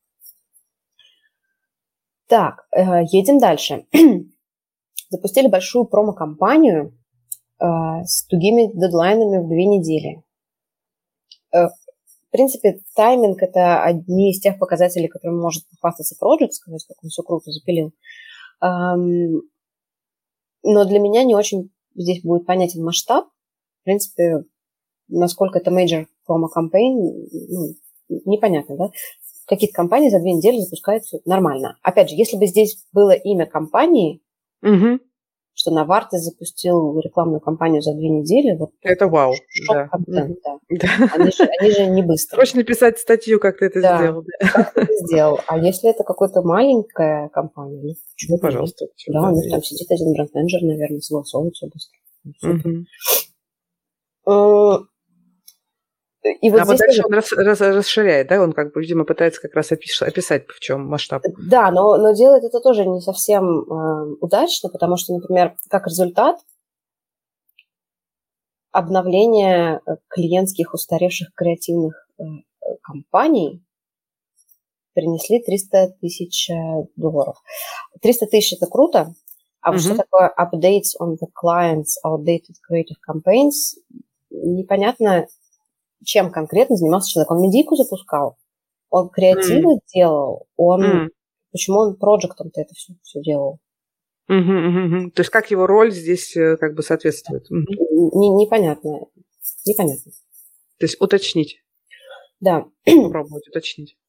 Так, э, едем дальше. Запустили большую промо-компанию э, с тугими дедлайнами в две недели. Э, в принципе, тайминг – это одни из тех показателей, которыми может похвастаться проект, сказать, как он все круто запилил. Эм, но для меня не очень здесь будет понятен масштаб. В принципе, насколько это major промо-кампейн, ну, непонятно, да? Какие-то компании за две недели запускаются нормально. Опять же, если бы здесь было имя компании, Мгм. что Novartis запустил рекламную кампанию за две недели, вот тут Это вау, да. шок-контент, Мгм. да. Да. Они же, они же не быстрые. Срочно писать статью, как ты это Да, сделал. Да. как ты это сделал? А если это какая-то маленькая компания, ну, почему Ну, бы и нет? пожалуйста. чё, Да, да, у них да, там есть. сидит один бренд-менеджер, наверное, согласовывает все быстро. Ну, супер. Мгм. Э, И вот А вот здесь дальше тоже, он рас- рас- расширяет, да? Он как бы, видимо, пытается как раз опиш- описать, в чем масштаб. да, но, но делает это тоже не совсем э, удачно, потому что, например, как результат, обновление э, клиентских устаревших креативных э, э, компаний принесли триста тысяч э, долларов. триста тысяч – это круто, а вот что Мгм. такое updates on the client's outdated creative campaigns, непонятно, чем конкретно занимался человек. Он медийку запускал, он М. креативы делал, он… М. Почему он проектом-то это все, все делал? Мгм, мгм, мгм. То есть как его роль здесь э, как бы соответствует? Мгм. Не- непонятно. Непонятно. То есть уточнить, Да. попробовать уточнить.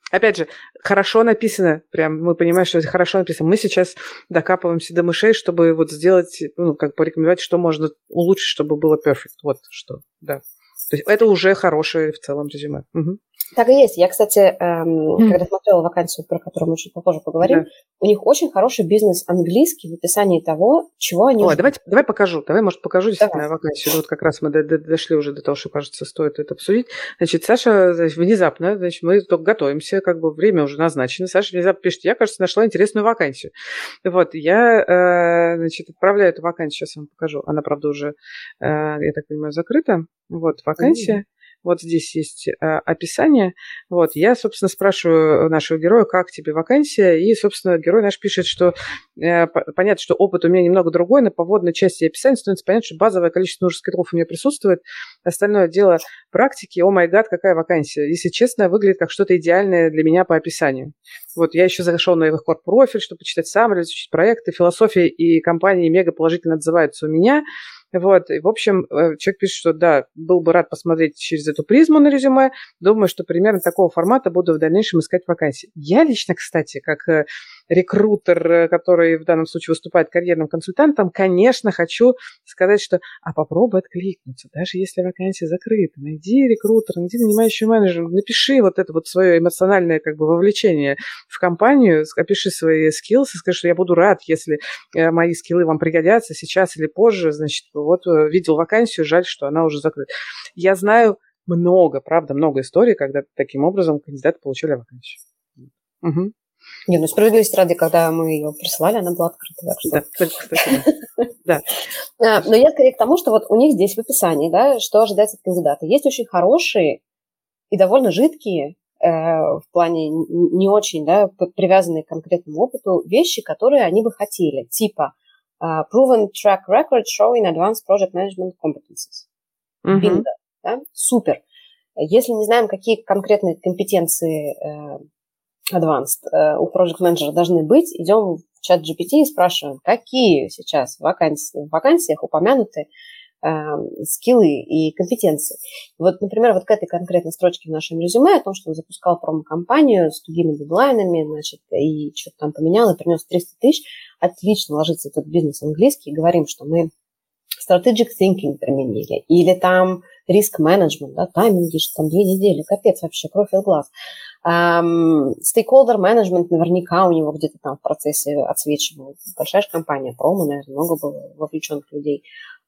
Опять же, хорошо написано, прям мы понимаем, что это хорошо написано. Мы сейчас докапываемся до мышей, чтобы вот сделать, ну, как порекомендовать, что можно улучшить, чтобы было perfect. Вот что, да. То есть это уже хорошее в целом резюме. Угу. Так и есть. Я, кстати, эм, mm. когда смотрела вакансию, про которую мы чуть попозже поговорим, да. у них очень хороший бизнес английский в описании того, чего они... О, давай, давай покажу. Давай, может, покажу действительно давай. вакансию. Вот как раз мы до, до, дошли уже до того, что, кажется, стоит это обсудить. Значит, Саша, значит, внезапно, значит, мы только готовимся, как бы время уже назначено. Саша внезапно пишет, я, кажется, нашла интересную вакансию. Вот, я, э, значит, отправляю эту вакансию, сейчас вам покажу. Она, правда, уже, э, я так понимаю, закрыта. Вот, вакансия. Mm. Вот здесь есть э, описание. Вот, я, собственно, спрашиваю нашего героя, как тебе вакансия, и, собственно, герой наш пишет, что э, понятно, что опыт у меня немного другой, но по вводной части описания становится понятно, что базовое количество нужных скиллов у меня присутствует. Остальное дело практики. О май гад, какая вакансия. Если честно, выглядит как что-то идеальное для меня по описанию. Вот, я еще зашел на их профиль, чтобы почитать сам, изучить проекты, философии и компании мега положительно отзываются у меня. Вот, и, в общем, человек пишет, что да, был бы рад посмотреть через эту призму на резюме. Думаю, что примерно такого формата буду в дальнейшем искать вакансии. Я лично, кстати, как рекрутер, который в данном случае выступает карьерным консультантом, конечно, хочу сказать, что а попробуй откликнуться, даже если вакансия закрыта. Найди рекрутера, найди нанимающего менеджера, напиши вот это вот свое эмоциональное как бы вовлечение в компанию, опиши свои скиллсы, скажи, что я буду рад, если мои скиллы вам пригодятся сейчас или позже, значит, вот видел вакансию, жаль, что она уже закрыта. Я знаю много, правда, много историй, когда таким образом кандидаты получили вакансию. Угу. Не, ну справедливости ради, когда мы ее присылали, она была открыта. Так что... Да, кстати, да. Но я скорее к тому, что вот у них здесь в описании, да, что ожидается от кандидата. Есть очень хорошие и довольно жидкие, э, в плане не очень, да, привязанные к конкретному опыту, вещи, которые они бы хотели. Типа uh, proven track record showing advanced project management competencies. Uh-huh. Бинго, да? Супер. Если не знаем, какие конкретные компетенции э, advanced э, у project manager должны быть, идем в чат джи пи ти и спрашиваем, какие сейчас вакансии, в вакансиях упомянуты э, скиллы и компетенции. Вот, например, вот к этой конкретной строчке в нашем резюме о том, что он запускал промо-компанию с тугими дедлайнами, значит, и что-то там поменял и принес триста тысяч, отлично ложится этот бизнес английский, и говорим, что мы strategic thinking применили, или там риск менеджмент, да, тайминги, что там две недели, капец вообще, кровь из глаз. Стейкхолдер um, менеджмент наверняка у него где-то там в процессе отсвечивал. Большая же компания, промо, наверное, много было вовлеченных людей.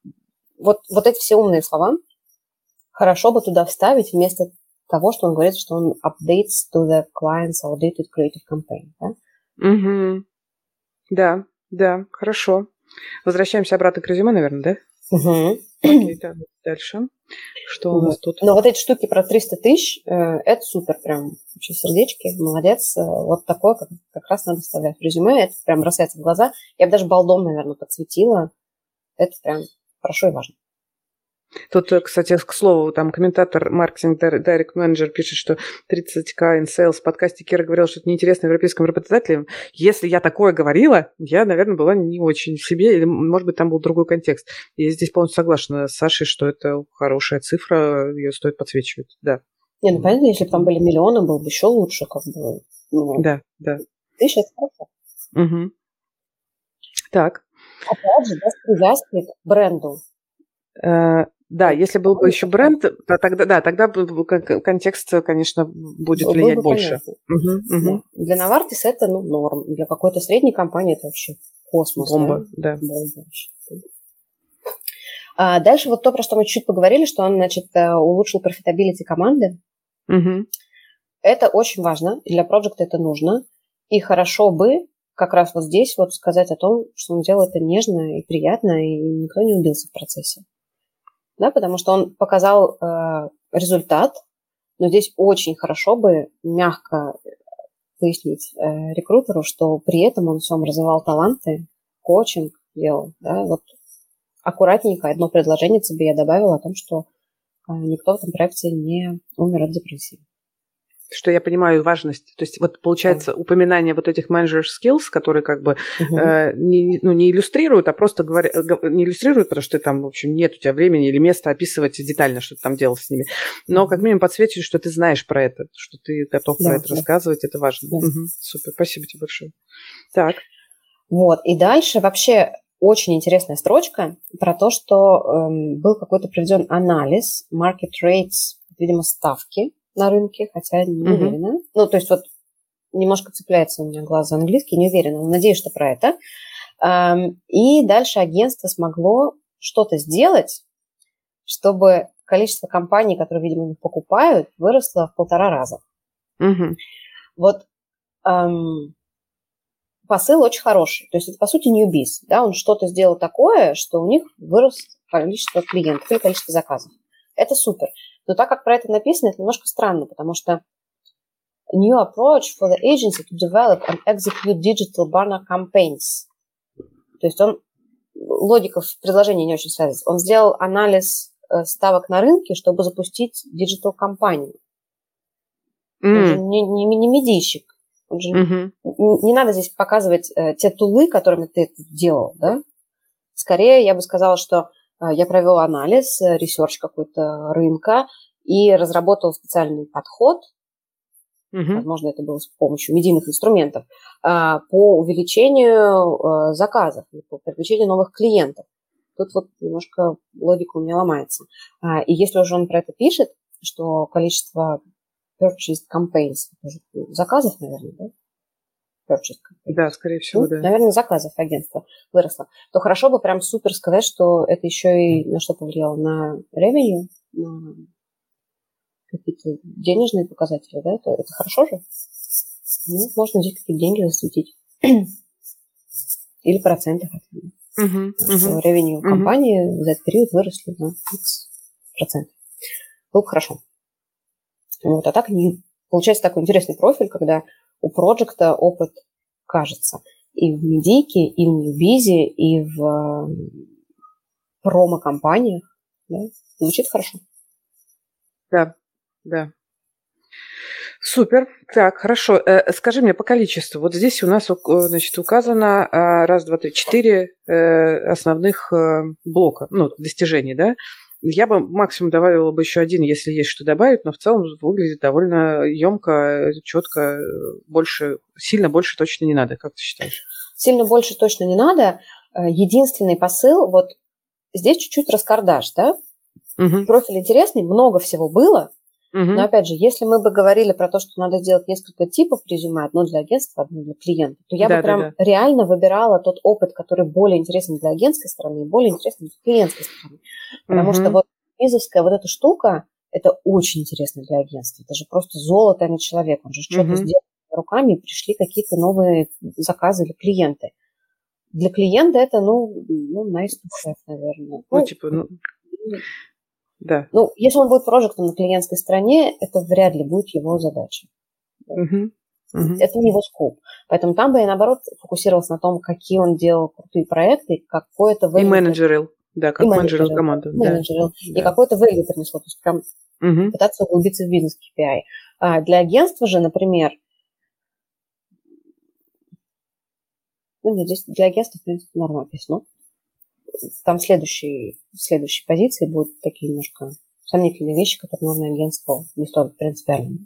Вот, вот эти все умные слова хорошо бы туда вставить вместо того, что он говорит, что он updates to the client's outdated creative campaign. Да, угу. да, да, хорошо. Возвращаемся обратно к резюме, наверное, да? Угу. Окей, так, дальше. Что у нас тут? Но вот эти штуки про триста тысяч, э, это супер, прям вообще сердечки, молодец. Э, вот такое как, как раз надо вставлять в резюме, это прям бросается в глаза. Я бы даже балдом, наверное, подсветила. Это прям хорошо и важно. Тут, кстати, к слову, там комментатор, маркетинг, директ менеджер пишет, что тридцать тысяч in sales в подкасте Кира говорила, что это неинтересно европейским работодателям. Если я такое говорила, я, наверное, была не очень в себе, или, может быть, там был другой контекст. Я здесь полностью согласна с Сашей, что это хорошая цифра, ее стоит подсвечивать, да. Не, ну, понятно, если бы там были миллионы, было бы еще лучше, как бы. Ну, да, да. Тысяча, это хорошо. Угу. Так. Опять же, без привязки к бренду. Да, если был бы еще бренд, то тогда, да, тогда контекст, конечно, будет был влиять бы больше. Угу, угу. Для Novartis это, ну, норм. Для какой-то средней компании это вообще космос. Бомба, да. да. Бомба. А дальше вот то, про что мы чуть поговорили, что он, значит, улучшил профитабилити команды. Угу. Это очень важно, и для проекта это нужно. И хорошо бы как раз вот здесь вот сказать о том, что он делал это нежно и приятно, и никто не убился в процессе. Да, потому что он показал э, результат, но здесь очень хорошо бы мягко пояснить э, рекрутеру, что при этом он всем развивал таланты, коучинг делал. Да, вот аккуратненько одно предложение себе я добавила о том, что э, никто в этом проекте не умер от депрессии. Что я понимаю важность. То есть вот получается да. упоминание вот этих manager skills, которые как бы угу. э, не, ну, не иллюстрируют, а просто говорят, не иллюстрируют, потому что там, в общем, нет у тебя времени или места описывать детально, что ты там делал с ними. Но угу. как минимум подсвечивают, что ты знаешь про это, что ты готов да, про это да. рассказывать, это важно. Да. Угу. Супер, спасибо тебе большое. Так. Вот, и дальше вообще очень интересная строчка про то, что эм, был какой-то проведен анализ market rates, видимо, ставки на рынке, хотя не uh-huh. уверена. Ну, то есть вот немножко цепляется у меня глаз за английский, не уверена, но надеюсь, что про это. Эм, и дальше агентство смогло что-то сделать, чтобы количество компаний, которые, видимо, у них покупают, выросло в полтора раза. Uh-huh. Вот эм, посыл очень хороший. То есть это, по сути, newbiz. Да? Он что-то сделал такое, что у них выросло количество клиентов или количество заказов. Это супер. Но так как про это написано, это немножко странно, потому что new approach for the agency to develop and execute digital banner campaigns. То есть он, логика в предложении не очень связана. Он сделал анализ ставок на рынке, чтобы запустить диджитал-компанию. Mm. Он же не, не, не медийщик. Он же mm-hmm. не, не надо здесь показывать э, те тулы, которыми ты это делал, да? Скорее, я бы сказала, что я провел анализ, ресерч какой-то рынка и разработал специальный подход, uh-huh. возможно, это было с помощью медийных инструментов, по увеличению заказов, по привлечению новых клиентов. Тут вот немножко логика у меня ломается. И если уже он про это пишет, что количество purchased campaigns, заказов, наверное, да? Да, скорее всего, ну, да. Наверное, заказов агентства выросло. То хорошо бы прям супер сказать, что это еще и на что повлияло? На revenue, на какие-то денежные показатели, да? Это, это хорошо же? Ну, можно здесь какие-то деньги засветить. Или проценты хотя бы. Uh-huh, uh-huh. Revenue uh-huh. компании за этот период выросли на X процентов. Было бы хорошо. Вот, а так не... Получается такой интересный профиль, когда у проекта опыт кажется и в медийке, и в ньюбизе, и в промо-компаниях. Да? Звучит хорошо. Да, да. Супер. Так, хорошо. Скажи мне по количеству. Вот здесь у нас, значит, указано раз, два, три, четыре основных блока, ну, достижений, да? Я бы максимум добавила бы еще один, если есть что добавить, но в целом выглядит довольно емко, четко, больше, сильно больше точно не надо. Как ты считаешь? Сильно больше точно не надо. Единственный посыл, вот здесь чуть-чуть раскардаш, да? Угу. Профиль интересный, много всего было, угу. но опять же, если мы бы говорили про то, что надо сделать несколько типов резюме, одно для агентства, одно для клиента, то я да, бы прям да, да. реально выбирала тот опыт, который более интересен для агентской стороны и более интересен для клиентской стороны. Потому угу. что вот визовская вот эта штука, это очень интересно для агентства. Это же просто золото, а не человек. Он же что-то угу. сделал руками, и пришли какие-то новые заказы или клиенты. Для клиента это, ну, ну nice to have, наверное. Ну, ну типа, ну... Да. Ну, если он будет проектом на клиентской стороне, это вряд ли будет его задача. Uh-huh. Uh-huh. Это не его скоп. Поэтому там бы я, наоборот, фокусировалась на том, какие он делал крутые проекты, какое-то value... И менеджерил. Да, как менеджерил команду. Менеджерил. Да. И какое-то value принесло. То есть прям uh-huh. пытаться углубиться в бизнес-кей пи ай. А для агентства же, например... Ну, нет, здесь для агентства, в принципе, нормально написано. Там в следующей, в следующей позиции будут такие немножко сомнительные вещи, которые, наверное, агентство не столь принципиально.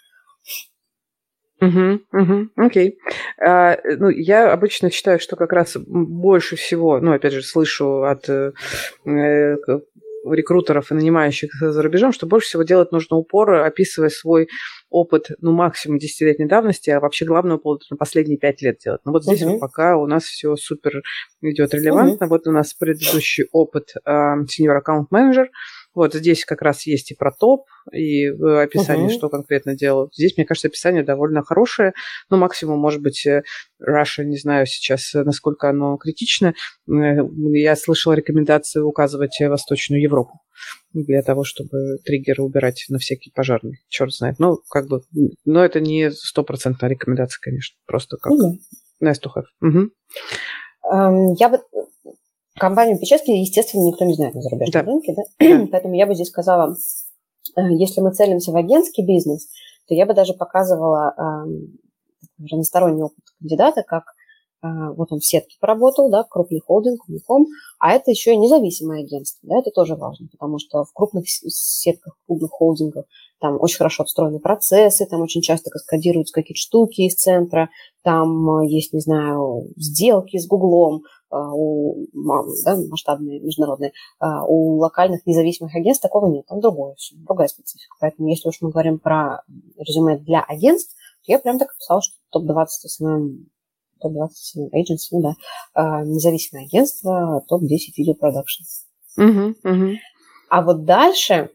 Угу, угу, окей. А, ну, я обычно считаю, что как раз больше всего, ну, опять же, слышу от э, рекрутеров и нанимающих за рубежом, что больше всего делать нужно упор, описывая свой опыт, ну, максимум десятилетней давности, а вообще главное опыт на последние пять лет делать. Ну, вот здесь uh-huh. вот пока у нас все супер идет релевантно. Uh-huh. Вот у нас предыдущий опыт э, senior account manager. Вот здесь как раз есть и про топ, и описание, uh-huh. что конкретно делают. Здесь, мне кажется, описание довольно хорошее. Ну, максимум, может быть, Russia, не знаю сейчас, насколько оно критично. Я слышала рекомендации указывать Восточную Европу для того, чтобы триггеры убирать на всякие пожарные. Черт знает. Ну, как бы, но это не стопроцентная рекомендация, конечно. Просто как uh-huh. nice to have. Uh-huh. Um, я бы... Компанию Печески, естественно, никто не знает на зарубежном да. рынке, да? да? Поэтому я бы здесь сказала, если мы целимся в агентский бизнес, то я бы даже показывала э, разносторонний опыт кандидата, как э, вот он в сетке поработал, да, крупный холдинг, Unicom, а это еще и независимое агентство, да, это тоже важно, потому что в крупных сетках, крупных холдингах там очень хорошо отстроены процессы, там очень часто каскадируются какие-то штуки из центра, там есть, не знаю, сделки с Гуглом, у, да, масштабные, международные, у локальных независимых агентств такого нет, там другое все, другая специфика. Поэтому если уж мы говорим про резюме для агентств, то я прям так писала, что топ двадцать эс эм эм, топ двадцать agency, ну да, независимое агентство, топ десять видеопродакшн. Uh-huh, uh-huh. А вот дальше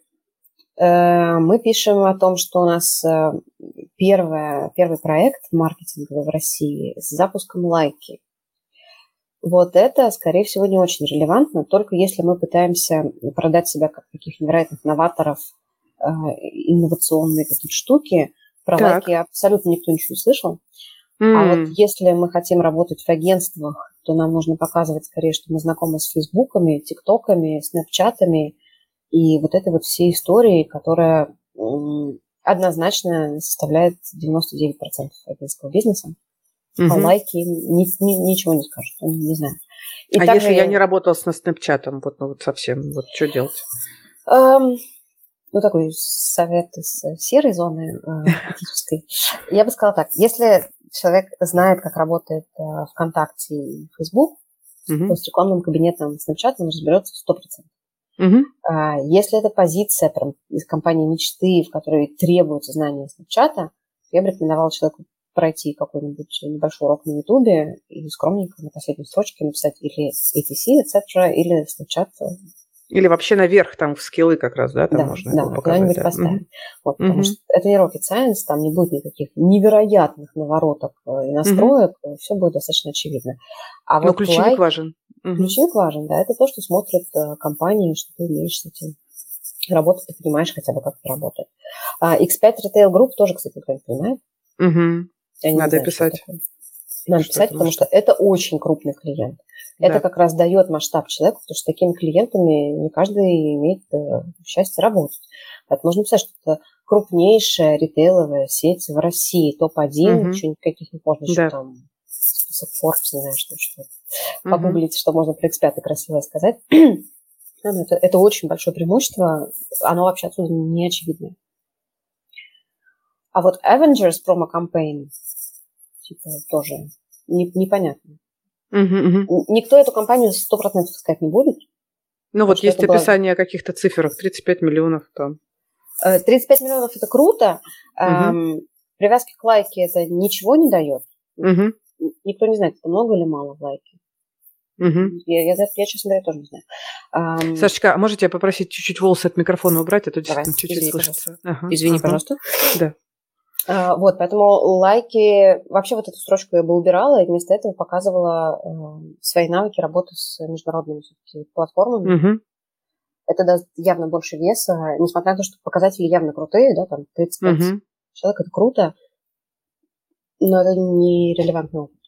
мы пишем о том, что у нас первое, первый проект маркетинговый в России с запуском лайки. Вот это, скорее всего, не очень релевантно, только если мы пытаемся продать себя как таких невероятных новаторов, инновационные какие-то штуки. Про так. лайки абсолютно никто ничего не слышал. Mm. А вот если мы хотим работать в агентствах, то нам нужно показывать скорее, что мы знакомы с фейсбуками, тиктоками, снэпчатами, и вот этой вот всей истории, которая однозначно составляет девяносто девять процентов агентского бизнеса. Mm-hmm. А лайки ни, ни, ничего не скажут, не знаю. И а также... если я не работала с снэпчатом, вот, ну, вот совсем, вот что делать? Um, ну, такой совет из серой зоны э, этической. Я бы сказала так, если человек знает, как работает э, ВКонтакте и Фейсбук, mm-hmm. то с рекламным кабинетом снэпчатом разберется сто процентов. Uh-huh. Если это позиция прям, из компании мечты, в которой требуется знание снэпчата, я бы рекомендовала человеку пройти какой-нибудь небольшой урок на Ютубе и скромненько на последней строчке написать или эй ти си, et cetera, или снэпчат. Или вообще наверх, там в скиллы как раз, да, там да, можно да, его показать. Да, поставить. Uh-huh. Вот, uh-huh. Потому что это не rocket science, там не будет никаких невероятных наворотов и настроек, uh-huh. все будет достаточно очевидно. А Но вот ключевик лайк, важен. Uh-huh. Ключевик важен, да, это то, что смотрят uh, компании, что ты умеешь с этим работать, ты понимаешь хотя бы, как это работает. Uh, икс пять Retail Group тоже, кстати, никто не понимает. Uh-huh. Надо знаю, писать. Надо что писать, потому может... что это очень крупный клиент. Да. Это как раз дает масштаб человеку, потому что с такими клиентами не каждый имеет э, счастье работать. Поэтому нужно писать, что это крупнейшая ритейловая сеть в России, топ один, угу. что никаких не можно, еще да. там список Forbes, не знаю, что, что. Угу. Погуглите, что можно про икс пять красиво сказать. это, это очень большое преимущество, оно вообще отсюда не очевидное. А вот Avengers промо-кампейн типа тоже не, непонятно. Uh-huh, uh-huh. Никто эту компанию сто процентов искать не будет. Ну вот есть описание было... каких-то цифр, тридцать пять миллионов там. тридцать пять миллионов это круто. Uh-huh. Эм, привязки к лайке это ничего не дает. Uh-huh. Никто не знает, это много или мало в лайке. Uh-huh. Я, я, я, честно говоря, тоже не знаю. Um... Сашечка, а можете я попросить чуть-чуть волосы от микрофона убрать, а то действительно чуть-чуть Извини, слышится. Ага. Извини, ага. пожалуйста. Да. Uh, вот, поэтому лайки... Вообще вот эту строчку я бы убирала, и вместо этого показывала uh, свои навыки работы с международными платформами. Uh-huh. Это даст явно больше веса, несмотря на то, что показатели явно крутые, да, там тридцать пять uh-huh. человек, это круто, но это не релевантный опыт.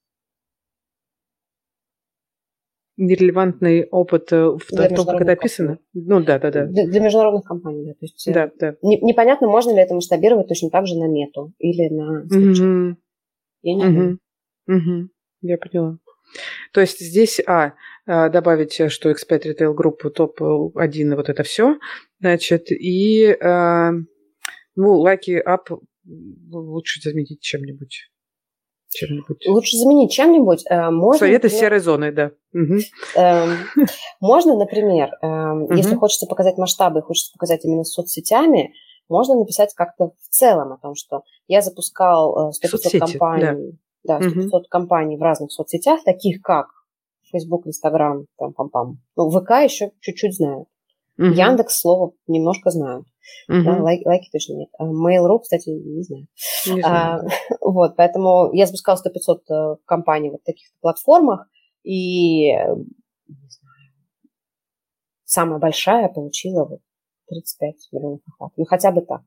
Нерелевантный опыт в том, как это описано? Ну, да, да, да. Для, для международных компаний, да. То есть да, да. Не, непонятно, можно ли это масштабировать точно так же на мету или на mm-hmm. Я не mm-hmm. знаю. Mm-hmm. Я поняла. То есть здесь, а, добавить, что икс пять Retail Group топ один, и вот это все, значит, и, а, ну, лайки ап лучше заменить чем-нибудь. Чем-нибудь. Лучше заменить чем-нибудь. Можно, Советы например, серой зоны, да. Угу. Можно, например, угу. если хочется показать масштабы, хочется показать именно с соцсетями, можно написать как-то в целом о том, что я запускал сто пятьсот компаний, да. Да, сто пятьсот угу. компаний в разных соцсетях, таких как Facebook, Instagram, там, пам-пам. Ну, ВК еще чуть-чуть знают. Угу. Яндекс, слово, немножко знают. Uh-huh. Да, лайки, лайки точно нет. Mail.ru, кстати, не знаю. Не знаю а, да. Вот, поэтому я запускала сто пятьсот компаний вот в таких платформах, и не знаю, самая большая получила вот тридцать пять миллионов охват. Ну, хотя бы так.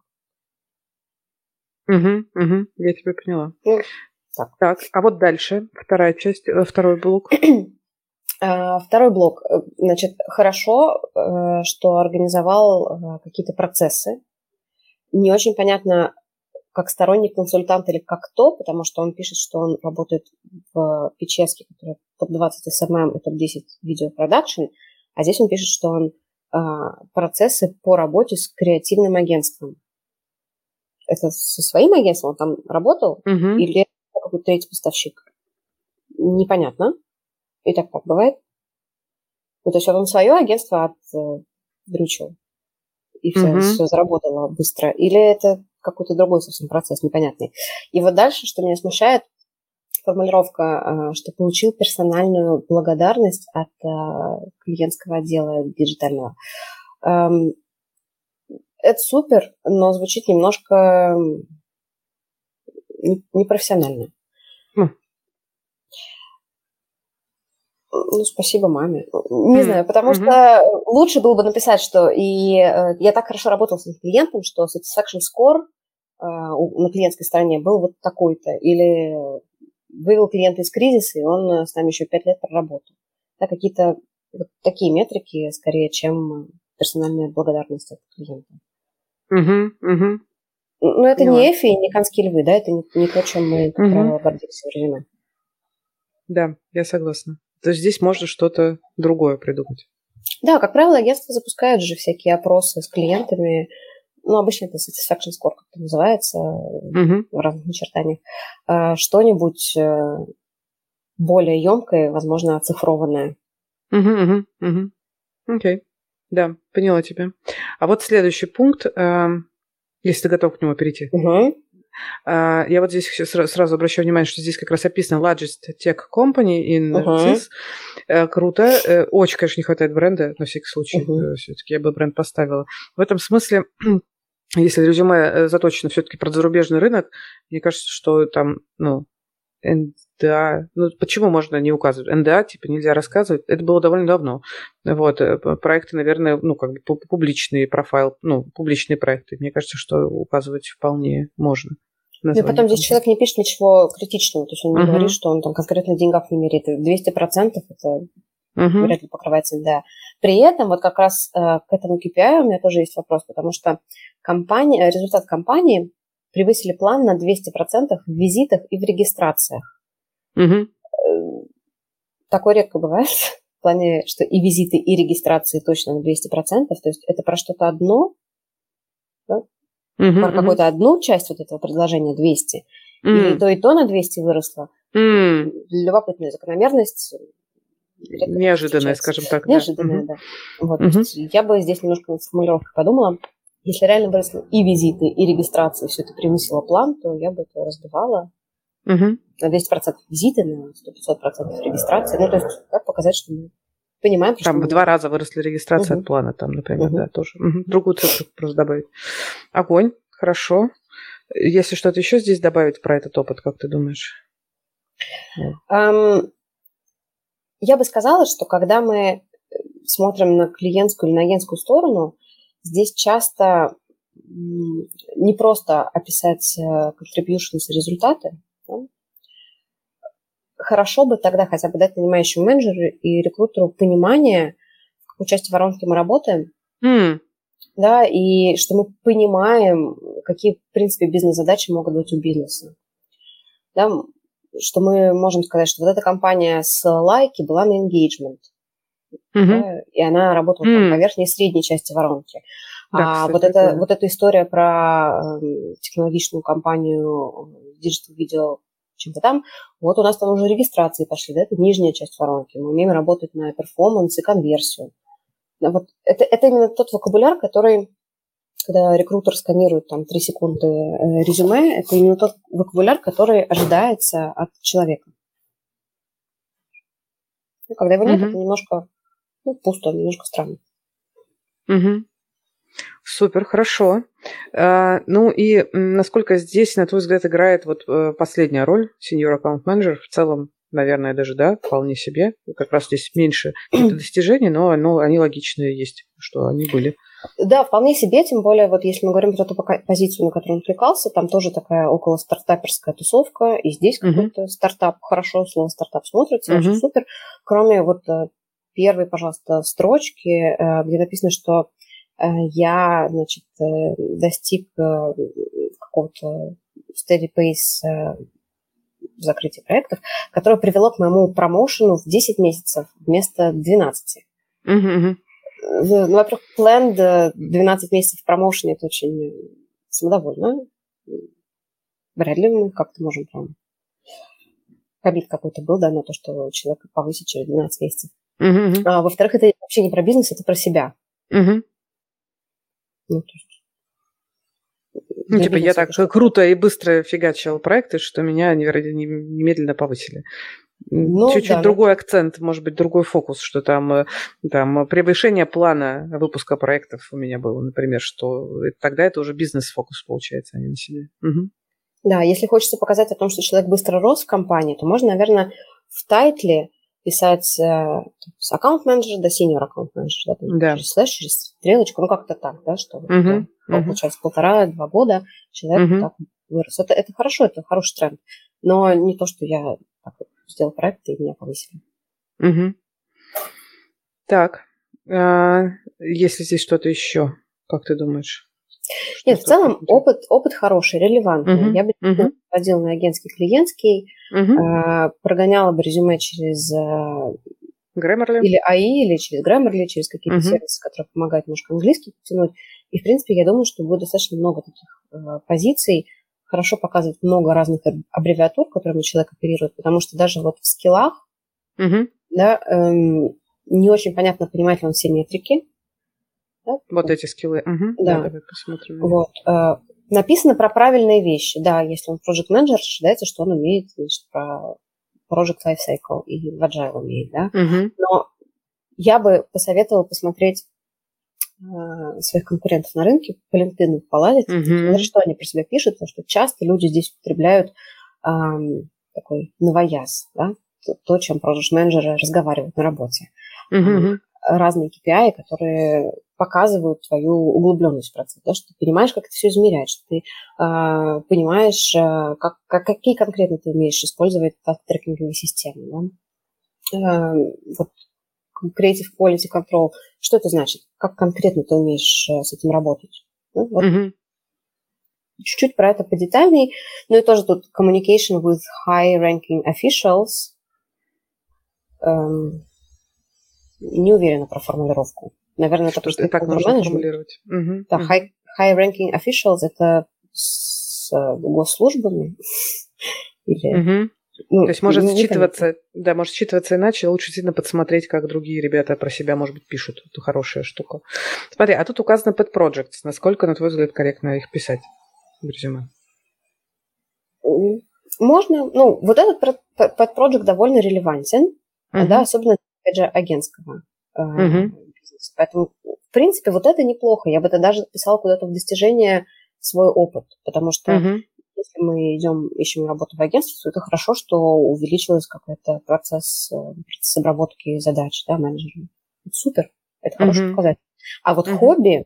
Угу, угу, я тебя поняла. Ну, так. Так, а вот дальше, вторая часть, второй блок. Второй блок. Значит, хорошо, что организовал какие-то процессы. Не очень понятно, как сторонний консультант или как кто, потому что он пишет, что он работает в Печеске, который топ двадцать эс эм эм и топ десять видеопродакшн, а здесь он пишет, что он а, процессы по работе с креативным агентством. Это со своим агентством он там работал Угу. или какой-то третий поставщик? Непонятно. И так так бывает. Ну, то есть он свое агентство отдрючил и все, Угу. все заработало быстро. Или это какой-то другой совсем процесс непонятный. И вот дальше, что меня смущает, формулировка, что получил персональную благодарность от клиентского отдела диджитального. Это супер, но звучит немножко непрофессионально. Mm. Ну, спасибо маме. Не mm. знаю, потому mm-hmm. что лучше было бы написать, что и э, я так хорошо работала с клиентом, что satisfaction score э, на клиентской стороне был вот такой-то. Или вывел клиента из кризиса, и он с нами еще пять лет проработал. Да, какие-то вот такие метрики, скорее, чем персональная благодарность от клиента. Mm-hmm. Mm-hmm. Но это Поняла. Не Эфи, не канские львы, да, это не, не то, чем мы, как mm-hmm. правило, гордимся в резюме. Да, я согласна. То есть здесь можно что-то другое придумать. Да, как правило, агентства запускают же всякие опросы с клиентами. Ну, обычно это satisfaction score, как это называется, uh-huh. в разных начертаниях. Что-нибудь более емкое, возможно, оцифрованное. Угу, угу, угу. Окей. Да, поняла тебя. А вот следующий пункт, если ты готов к нему перейти. Uh-huh. Я вот здесь сразу обращаю внимание, что здесь как раз описано largest tech company in uh-huh. си ай эс. Круто. Очень, конечно, не хватает бренда, на всякий случай. Uh-huh. Все-таки я бы бренд поставила. В этом смысле, если резюме заточено все-таки про зарубежный рынок, мне кажется, что там, ну, эн ди эй, ну, почему можно не указывать? эн ди эй, типа, нельзя рассказывать. Это было довольно давно. Вот, проекты, наверное, ну, как бы публичный профайл, ну, публичные проекты. Мне кажется, что указывать вполне можно. Ну, и потом здесь человек не пишет ничего критичного, то есть он не uh-huh. говорит, что он там конкретно в деньгах не меряет. двести процентов это uh-huh. вряд ли покрывается эн ди эй. При этом вот как раз э, к этому кей пи ай у меня тоже есть вопрос, потому что компания, результат компании превысили план на двести процентов в визитах и в регистрациях. Uh-huh. Такое редко бывает, в плане, что и визиты, и регистрации точно на двести процентов, то есть это про что-то одно, да? Uh-huh, про uh-huh. какую-то одну часть вот этого предложения двести, uh-huh. или то и то на двести выросло. Uh-huh. Любопытная закономерность. Неожиданная, скажем так. Неожиданная, да. да. Вот, uh-huh. Я бы здесь немножко над формулировкой подумала. Если реально выросли и визиты, и регистрации, все это превысило план, то я бы это разбивала uh-huh. на двести процентов визиты, на сто-пятьсот процентов регистрации. Ну, то есть, как показать, что мы понимаем, что там мы... в два раза выросли регистрации uh-huh. от плана, там, например, uh-huh. да, тоже. Uh-huh. Другую цифру просто добавить. Огонь, хорошо. Если что-то еще здесь добавить про этот опыт, как ты думаешь? Um, я бы сказала, что когда мы смотрим на клиентскую или на агентскую сторону, здесь часто не просто описать contributions и результаты. Да? Хорошо бы тогда хотя бы дать нанимающему менеджеру и рекрутеру понимание, в какой части воронки мы работаем, mm. да, и что мы понимаем, какие, в принципе, бизнес-задачи могут быть у бизнеса. Да? Что мы можем сказать, что вот эта компания с лайки была на engagement, mm-hmm. да, и она работала mm. там, по верхней и средней части воронки. Да, а кстати, вот, это, вот эта история про э, технологичную компанию Digital Video, чем-то там, вот у нас там уже регистрации пошли, да, это нижняя часть воронки. Мы умеем работать на перформанс и конверсию. Да, вот это, это именно тот вокабуляр, который, когда рекрутер сканирует там три секунды э, резюме, это именно тот вокабуляр, который ожидается от человека. Ну, когда его нет, mm-hmm. это немножко ну, пусто, немножко странно. Mm-hmm. Супер, хорошо. А, ну и насколько здесь, на твой взгляд, играет вот последняя роль senior account manager? В целом, наверное, даже, да, вполне себе. Как раз здесь меньше достижений, но, но они логичные есть, что они были. Да, вполне себе, тем более, вот если мы говорим про ту позицию, на которую он кликался, там тоже такая около стартаперская тусовка, и здесь uh-huh. какой-то стартап, хорошо, слово стартап смотрится, uh-huh. очень супер. Кроме вот первой, пожалуйста, строчки, где написано, что я, значит, достиг какого-то steady pace э, в закрытии проектов, которое привело к моему промоушену в десять месяцев вместо двенадцати. Mm-hmm. Ну, во-первых, planned двенадцать месяцев в промоушене – это очень самодовольно. Вряд ли мы как-то можем прям... Коммит какой-то был, да, на то, что человека повысить через двенадцать месяцев. Mm-hmm. А, во-вторых, это вообще не про бизнес, это про себя. Mm-hmm. Ну, то есть, ну типа я так что-то... круто и быстро фигачил проекты, что меня немедленно повысили. Ну, чуть-чуть да, другой ну... акцент, может быть, другой фокус, что там, там превышение плана выпуска проектов у меня было, например, что тогда это уже бизнес-фокус получается, а не на себе. Угу. Да, если хочется показать о том, что человек быстро рос в компании, то можно, наверное, в тайтле писать э, с аккаунт-менеджера до senior аккаунт-менеджера, да, да. через слэш, через стрелочку, ну как-то так, да, что угу. да, угу. получается полтора-два года человек угу. так вырос. Это, это хорошо, это хороший тренд, но не то, что я так, сделал проект и меня повысили. Угу. Так, а, есть ли здесь что-то еще, как ты думаешь? Что Нет, в целом опыт, опыт хороший, релевантный. Uh-huh, я бы uh-huh. ходила на агентский, клиентский, uh-huh. э, прогоняла бы резюме через э, Grammarly. или эй ай, или через Grammarly, через какие-то uh-huh. сервисы, которые помогают немножко английский потянуть. И, в принципе, я думаю, что будет достаточно много таких э, позиций. Хорошо показывать много разных аббревиатур, которыми человек оперирует, потому что даже вот в скиллах uh-huh. да, эм, не очень понятно, понимает ли он все метрики. Да? Вот эти скиллы. Угу. Да. Да, давай посмотрим. Вот. Э, написано про правильные вещи. Да, если он project manager, ожидается, что он умеет, значит, про project life cycle и в agile умеет, да. Угу. Но я бы посоветовала посмотреть э, своих конкурентов на рынке, по LinkedIn полазить, угу. посмотреть, что они про себя пишут, потому что часто люди здесь употребляют э, такой новояз, да, то, то, чем project менеджеры разговаривают на работе. Угу. Разные кей пи ай, которые показывают твою углубленность в процесс, да, что ты понимаешь, как это все измерять, что ты э, понимаешь, э, как, как, какие конкретно ты умеешь использовать трекинговые системы. Да? Э, вот Creative Quality Control, что это значит? Как конкретно ты умеешь э, с этим работать? Ну, вот. Mm-hmm. Чуть-чуть про это подетальней. Ну и тоже тут communication with high-ranking officials. Эм, не уверена про формулировку. Наверное, это просто так можно формулировать. Угу, да, угу. high, high-ranking officials – это с госслужбами. Или, угу. ну, то есть может считываться, да, может считываться иначе, лучше сильно подсмотреть, как другие ребята про себя, может быть, пишут. Это хорошая штука. Смотри, а тут указано pet projects. Насколько, на твой взгляд, корректно их писать в резюме? Можно. Ну, вот этот pet project довольно релевантен, uh-huh. да, особенно, опять же, агентского uh-huh. бизнеса. Поэтому, в принципе, вот это неплохо. Я бы это даже писала куда-то в достижение свой опыт, потому что uh-huh. если мы идем, ищем работу в агентстве, то это хорошо, что увеличился какой-то процесс, процесс обработки задач, да, менеджерами. Это супер, это uh-huh. хороший показатель. А вот uh-huh. хобби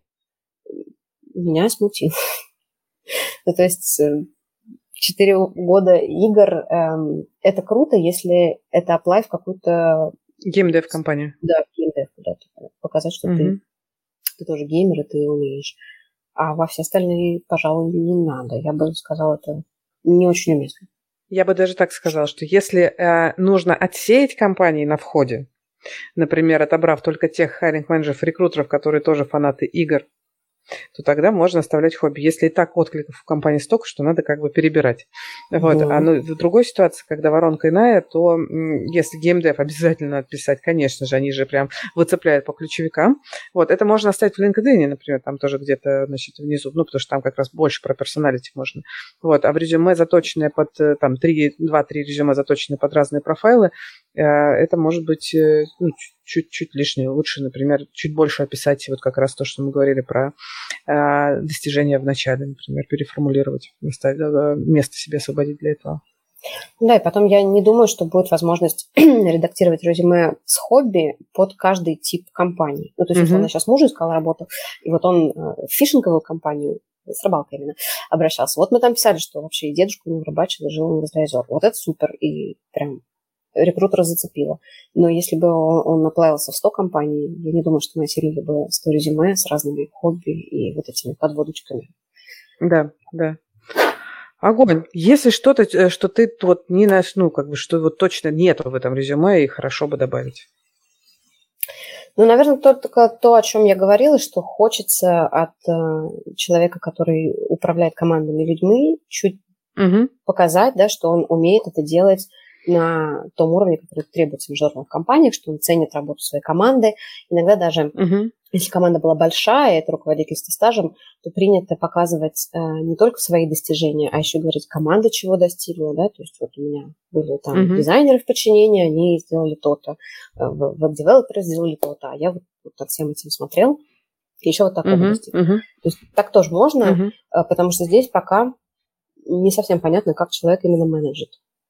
меня смутило. Ну, то есть четыре года игр эм, это круто, если это apply в какую-то... Геймдев-компанию. Да, геймдев куда-то. Показать, что uh-huh. ты, ты тоже геймер, и ты умеешь. А во все остальные, пожалуй, не надо. Я бы сказала, это не очень уместно. Я бы даже так сказала, что если э, нужно отсеять компании на входе, например, отобрав только тех хайринг-менеджеров, рекрутеров, которые тоже фанаты игр, то тогда можно оставлять хобби. Если и так откликов в компании столько, что надо как бы перебирать. Вот. Да. А ну, в другой ситуации, когда воронка иная, то если геймдев обязательно надо писать, конечно же, они же прям выцепляют по ключевикам. Вот. Это можно оставить в LinkedIn, например, там тоже где-то, значит, внизу, ну, потому что там как раз больше про персоналити можно. Вот. А в резюме, заточенное под, там, два-три резюме, заточенные под разные профайлы, это может быть ну, чуть-чуть лишнее. Лучше, например, чуть больше описать вот как раз то, что мы говорили про э, достижения в начале, например, переформулировать, место себе освободить для этого. Да, и потом я не думаю, что будет возможность редактировать резюме с хобби под каждый тип компании. Ну, то есть, mm-hmm. условно, сейчас мужу искал работу, и вот он в фишинговую компанию, с рыбалкой именно, обращался. Вот мы там писали, что вообще и дедушка у него рыбачил, и жил он возле озер. Вот это супер, и прям рекрутера зацепило. Но если бы он, он наплавился в сто компаний, я не думаю, что мы осилили бы сто резюме с разными хобби и вот этими подводочками. Да, да. Огонь. Если что-то, э, что ты вот не наш, ну, как бы, что вот точно нету в этом резюме, и хорошо бы добавить. Ну, наверное, то, только то, о чем я говорила, что хочется от э, человека, который управляет командами людьми, чуть Угу. показать, да, что он умеет это делать на том уровне, который требуется в международных компаниях, что он ценит работу своей команды. Иногда даже, Угу. если команда была большая, это руководитель со стажем, то принято показывать э, не только свои достижения, а еще говорить, команда чего достигла, да, то есть вот у меня были там Угу. дизайнеры в подчинении, они сделали то-то, веб-девелоперы сделали то-то, а я вот, вот над всем этим смотрел, и еще вот такого Угу. достиг. Угу. То есть так тоже можно, Угу. э, потому что здесь пока не совсем понятно, как человек именно менеджит.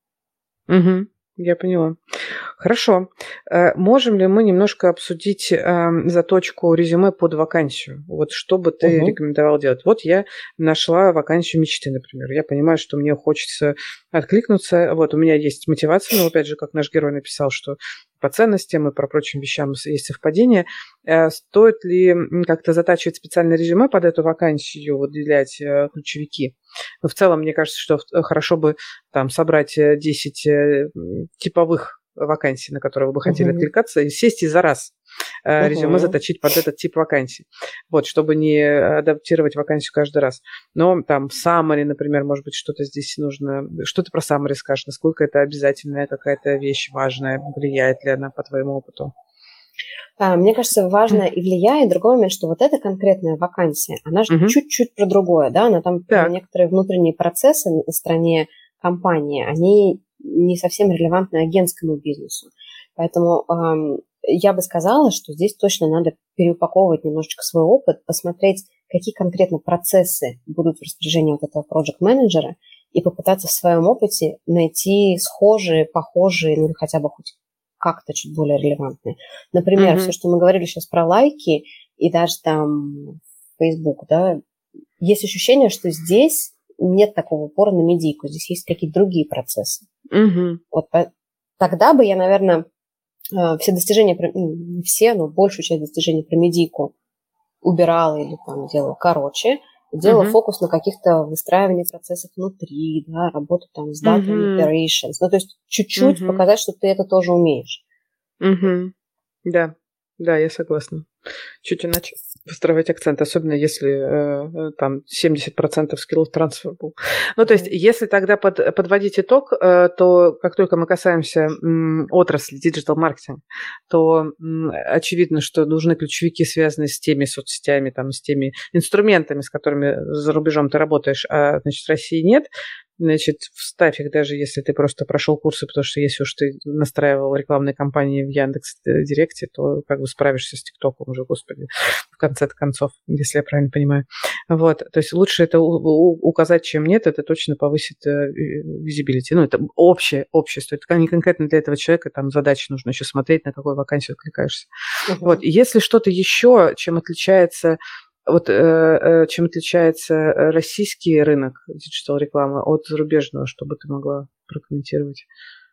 Угу. Я поняла. Хорошо. Э, Можем ли мы немножко обсудить э, заточку резюме под вакансию? Вот что бы ты Мгм. рекомендовал делать? Вот я нашла вакансию мечты, например. Я понимаю, что мне хочется откликнуться. Вот у меня есть мотивация, но опять же, как наш герой написал, что по ценностям и по прочим вещам есть совпадение. Э, Стоит ли м, как-то затачивать специальное резюме под эту вакансию, выделять э, ключевики? Но в целом, мне кажется, что в- хорошо бы там собрать э, десять э, м, типовых вакансий, на которые вы бы хотели Мгм. откликаться, и сесть и за раз э, резюме Мгм. заточить под этот тип вакансий. Вот, чтобы не адаптировать вакансию каждый раз. Но там в summary, например, может быть, что-то здесь нужно. Что ты про summary скажешь? Насколько это обязательная какая-то вещь важная? Влияет ли она по твоему опыту? А, Мне кажется, важно и влияет другой момент, что вот эта конкретная вакансия, она же Мгм. чуть-чуть про другое, да, она там про Так. некоторые внутренние процессы на стороне компании, они не совсем релевантны агентскому бизнесу. Поэтому эм, я бы сказала, что здесь точно надо переупаковывать немножечко свой опыт, посмотреть, какие конкретно процессы будут в распоряжении вот этого проект-менеджера, и попытаться в своем опыте найти схожие, похожие, ну или хотя бы хоть как-то чуть более релевантные. Например, все, Мгм. что мы говорили сейчас про лайки и даже там Facebook, да, есть ощущение, что здесь нет такого упора на медийку, здесь есть какие-то другие процессы. Мгм. Вот по- тогда бы я, наверное, э, все достижения, про- ну, не все, но большую часть достижений про медийку убирала или там делала короче, делала Мгм. фокус на каких-то выстраивании процессов внутри, да, работу там с data and Мгм. operations. Ну, то есть чуть-чуть Мгм. показать, что ты это тоже умеешь. Мгм. Да, да, я согласна. Чуть иначе выстраивать акцент, особенно если э, э, там семьдесят процентов скиллов трансфер был. Ну, то есть, Мгм. если тогда под, подводить итог, э, то как только мы касаемся м, отрасли диджитал-маркетинг, то м, очевидно, что нужны ключевики, связанные с теми соцсетями, там, с теми инструментами, с которыми за рубежом ты работаешь, а, значит, в России нет. Значит, вставь их, даже если ты просто прошел курсы, потому что если уж ты настраивал рекламные кампании в Яндекс.Директе, то как бы справишься с ТикТоком уже, господи, в конце концов, если я правильно понимаю. Вот, то есть лучше это у- у- указать, чем нет, это точно повысит визибилити. Ну, это общее общество, это не конкретно для этого человека, там задачи нужно еще смотреть, на какую вакансию откликаешься. Вот, Мгм. и если что-то еще, чем отличается вот э, э, чем отличается э, российский рынок диджитал-рекламы от зарубежного, чтобы ты могла прокомментировать?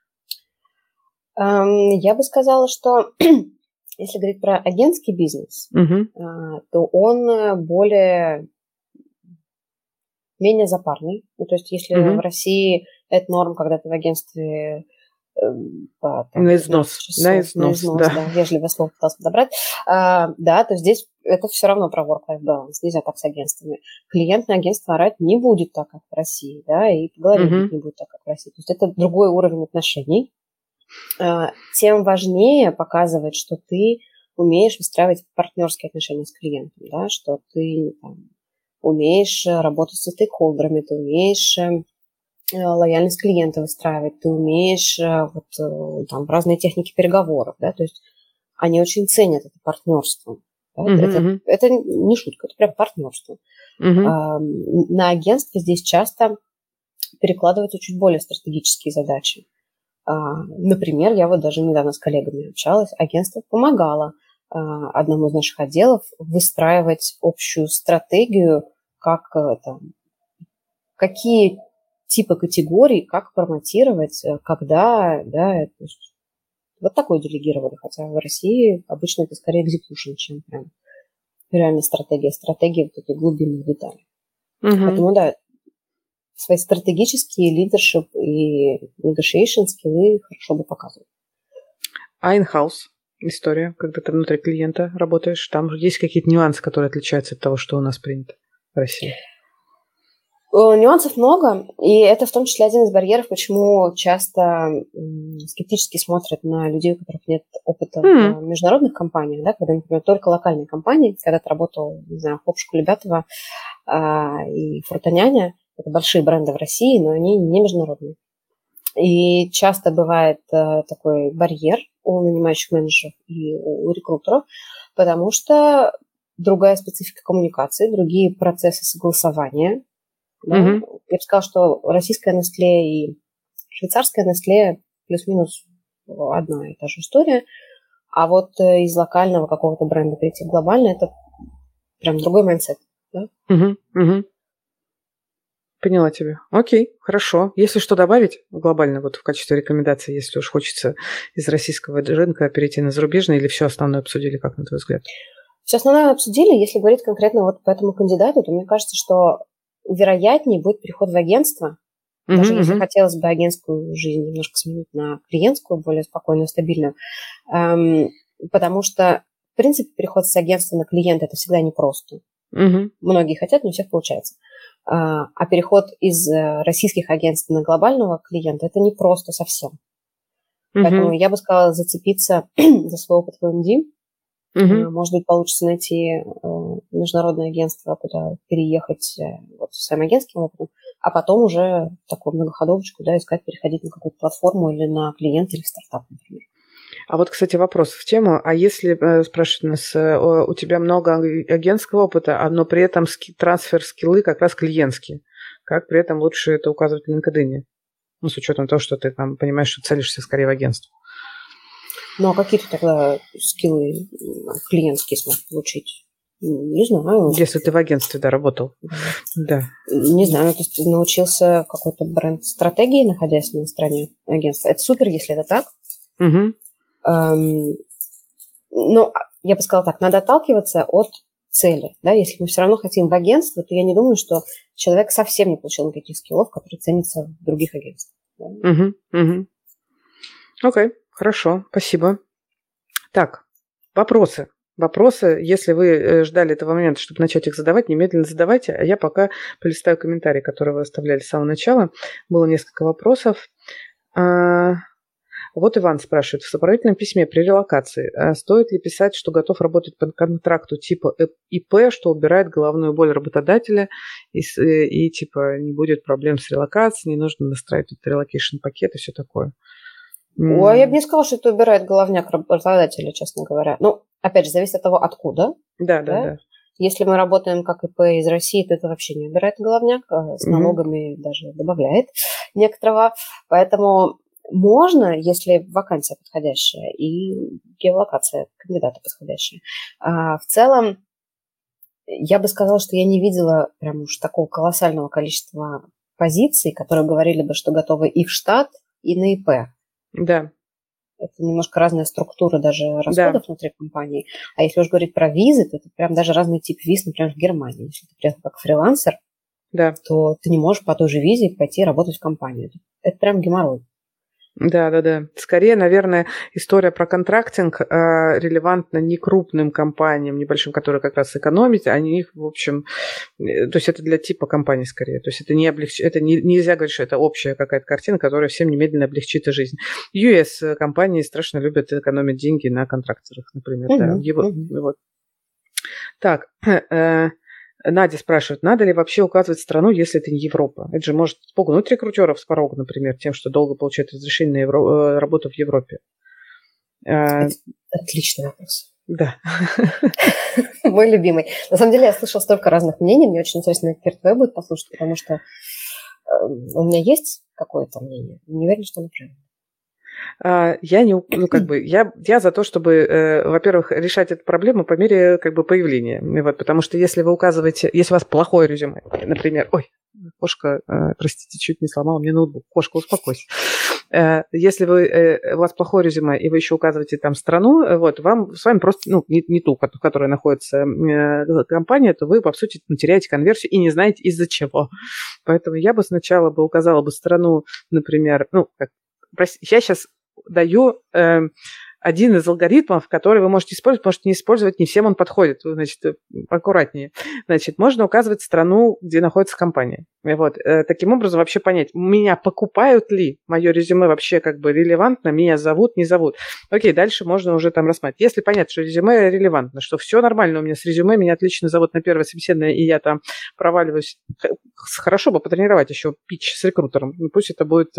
Ам, Я бы сказала, что если говорить про агентский бизнес, Мгм. а, то он э, более менее запарный. Ну, то есть если в Мгм. России это норм, когда ты в агентстве эм, по, там, На пятнадцать износ, на часов на износ, износ, да. да, вежливое слово пытался подобрать, а, да, то здесь это все равно про work-life balance, нельзя так с агентствами. Клиент на агентство орать не будет так, как в России, да, и по голове бить Мгм. не будет так, как в России. То есть это другой уровень отношений. А, Тем важнее показывать, что ты умеешь выстраивать партнерские отношения с клиентом, да, что ты там, умеешь э, работать со стейкхолдерами, ты умеешь э, э, лояльность клиента выстраивать, ты умеешь э, вот, э, там, разные техники переговоров, да, то есть они очень ценят это партнерство. Да, это, Мгм. это, Мгм. это не шутка, это прям партнерство. Мгм. А, На агентстве здесь часто перекладываются чуть более стратегические задачи. А, Например, я вот даже недавно с коллегами общалась, агентство помогало а, одному из наших отделов выстраивать общую стратегию, как э, там, какие типы категорий, как промотировать, э, когда, да, то есть вот такое делегировали, хотя в России обычно это скорее execution, чем прям реальная стратегия, стратегия вот этой глубинных деталей. Мгм. Поэтому, да, свои стратегические лидершип и negotiation скиллы хорошо бы показывать. А in-house история, когда ты внутри клиента работаешь, там есть какие-то нюансы, которые отличаются от того, что у нас принято в России? Нюансов много, и это в том числе один из барьеров, почему часто скептически смотрят на людей, у которых нет опыта mm. в международных компаниях, да, когда, например, только локальные компании, когда ты работал, не знаю, в Хоп-школе Любятова а, и Фрутоняня, это большие бренды в России, но они не международные. И часто бывает а, такой барьер у нанимающих менеджеров и у рекрутеров, потому что другая специфика коммуникации, другие процессы согласования. Да? Mm-hmm. Я бы сказала, что российская Nestlé и швейцарская Nestlé плюс-минус одна и та же история, а вот из локального какого-то бренда перейти в глобальный – это прям другой майндсет. Да? Mm-hmm. Mm-hmm. Поняла тебя. Окей, хорошо. Если что добавить глобально, вот в качестве рекомендации, если уж хочется из российского рынка перейти на зарубежный, или все основное обсудили, как на твой взгляд? Все основное обсудили. Если говорить конкретно вот по этому кандидату, то мне кажется, что вероятнее будет переход в агентство, mm-hmm, даже если mm-hmm. хотелось бы агентскую жизнь немножко сменить на клиентскую, более спокойную, стабильную, эм, потому что, в принципе, переход с агентства на клиента – это всегда непросто. Mm-hmm. Многие хотят, не у всех получается. А, а переход из российских агентств на глобального клиента – это непросто совсем. Mm-hmm. Поэтому я бы сказала зацепиться за свой опыт в эм ди. Uh-huh. Может быть, получится найти э, международное агентство, куда переехать э, вот, со своим агентским опытом, а потом уже такую многоходовочку, да, искать, переходить на какую-то платформу или на клиента, или в стартап, например. А вот, кстати, вопрос в тему. А если, э, спрашивают нас, э, у тебя много агентского опыта, но при этом ски- трансфер скиллы как раз клиентские, как при этом лучше это указывать в LinkedIn? Ну, с учетом того, что ты там понимаешь, что целишься скорее в агентство. Ну, а какие ты тогда скиллы клиентские сможешь получить? Не знаю. Если ты в агентстве, да, работал. Да. Не знаю, то есть ты научился какой-то бренд-стратегии, находясь на стороне агентства. Это супер, если это так. Угу. Эм, но я бы сказала так, надо отталкиваться от цели. Да? Если мы все равно хотим в агентство, то я не думаю, что человек совсем не получил никаких скиллов, которые ценятся в других агентствах. Да? Угу, угу. Окей. Хорошо, спасибо. Так, вопросы. Вопросы, если вы ждали этого момента, чтобы начать их задавать, немедленно задавайте, а я пока полистаю комментарии, которые вы оставляли с самого начала. Было несколько вопросов. А, вот Иван спрашивает. В сопроводительном письме при релокации а стоит ли писать, что готов работать по контракту типа ИП, что убирает головную боль работодателя и, и типа не будет проблем с релокацией, не нужно настраивать этот релокейшн-пакет и все такое? Ой, я бы не сказала, что это убирает головняк работодателя, честно говоря. Ну, опять же, зависит от того, откуда. Да, да, да. да. Если мы работаем как ИП из России, то это вообще не убирает головняк, с налогами mm-hmm. даже добавляет некоторого. Поэтому можно, если вакансия подходящая и геолокация кандидата подходящая. А в целом, я бы сказала, что я не видела прям уж такого колоссального количества позиций, которые говорили бы, что готовы и в штат, и на ИП. Да. Это немножко разная структура даже расходов да. внутри компании. А если уж говорить про визы, то это прям даже разный тип виз, например, в Германии. Если ты приехал как фрилансер, да. то ты не можешь по той же визе пойти работать в компанию. Это прям геморрой. Да, да, да. Скорее, наверное, история про контрактинг э, релевантна не крупным компаниям, небольшим, которые как раз экономят, они их, в общем, э, то есть это для типа компаний скорее. То есть это не облегч... это не, нельзя говорить, что это общая какая-то картина, которая всем немедленно облегчит жизнь. ю эс компании страшно любят экономить деньги на контракторах, например. Mm-hmm. Да. Его... Mm-hmm. Вот. Так, э, Надя спрашивает, надо ли вообще указывать страну, если это не Европа? Это же может спугнуть рекрутеров с порога, например, тем, что долго получают разрешение на евро... работу в Европе. Это отличный вопрос. Да. Мой любимый. На самом деле я слышала столько разных мнений, мне очень интересно, как твое будет послушать, потому что у меня есть какое-то мнение, не уверена, что оно правильно. Я не, ну, как бы, я, я за то, чтобы, э, во-первых, решать эту проблему по мере, как бы, появления. Вот, потому что если вы указываете, если у вас плохое резюме, например, ой, кошка, э, простите, чуть не сломала мне ноутбук, кошка, успокойся. Если вы, у вас плохое резюме, и вы еще указываете там страну, вот, вам с вами просто, ну, не, не ту, в которой находится компания, то вы, по сути, теряете конверсию и не знаете из-за чего. Поэтому я бы сначала бы указала бы страну, например, ну, как, я сейчас даю... один из алгоритмов, который вы можете использовать, можете не использовать, не всем он подходит, значит, аккуратнее. Значит, можно указывать страну, где находится компания. И вот, э, таким образом вообще понять, меня покупают ли, мое резюме вообще как бы релевантно, меня зовут, не зовут. Окей, дальше можно уже там рассматривать. Если понятно, что резюме релевантно, что все нормально у меня с резюме, меня отлично зовут на первое собеседование, и я там проваливаюсь, хорошо бы потренировать еще питч с рекрутером, пусть это будет...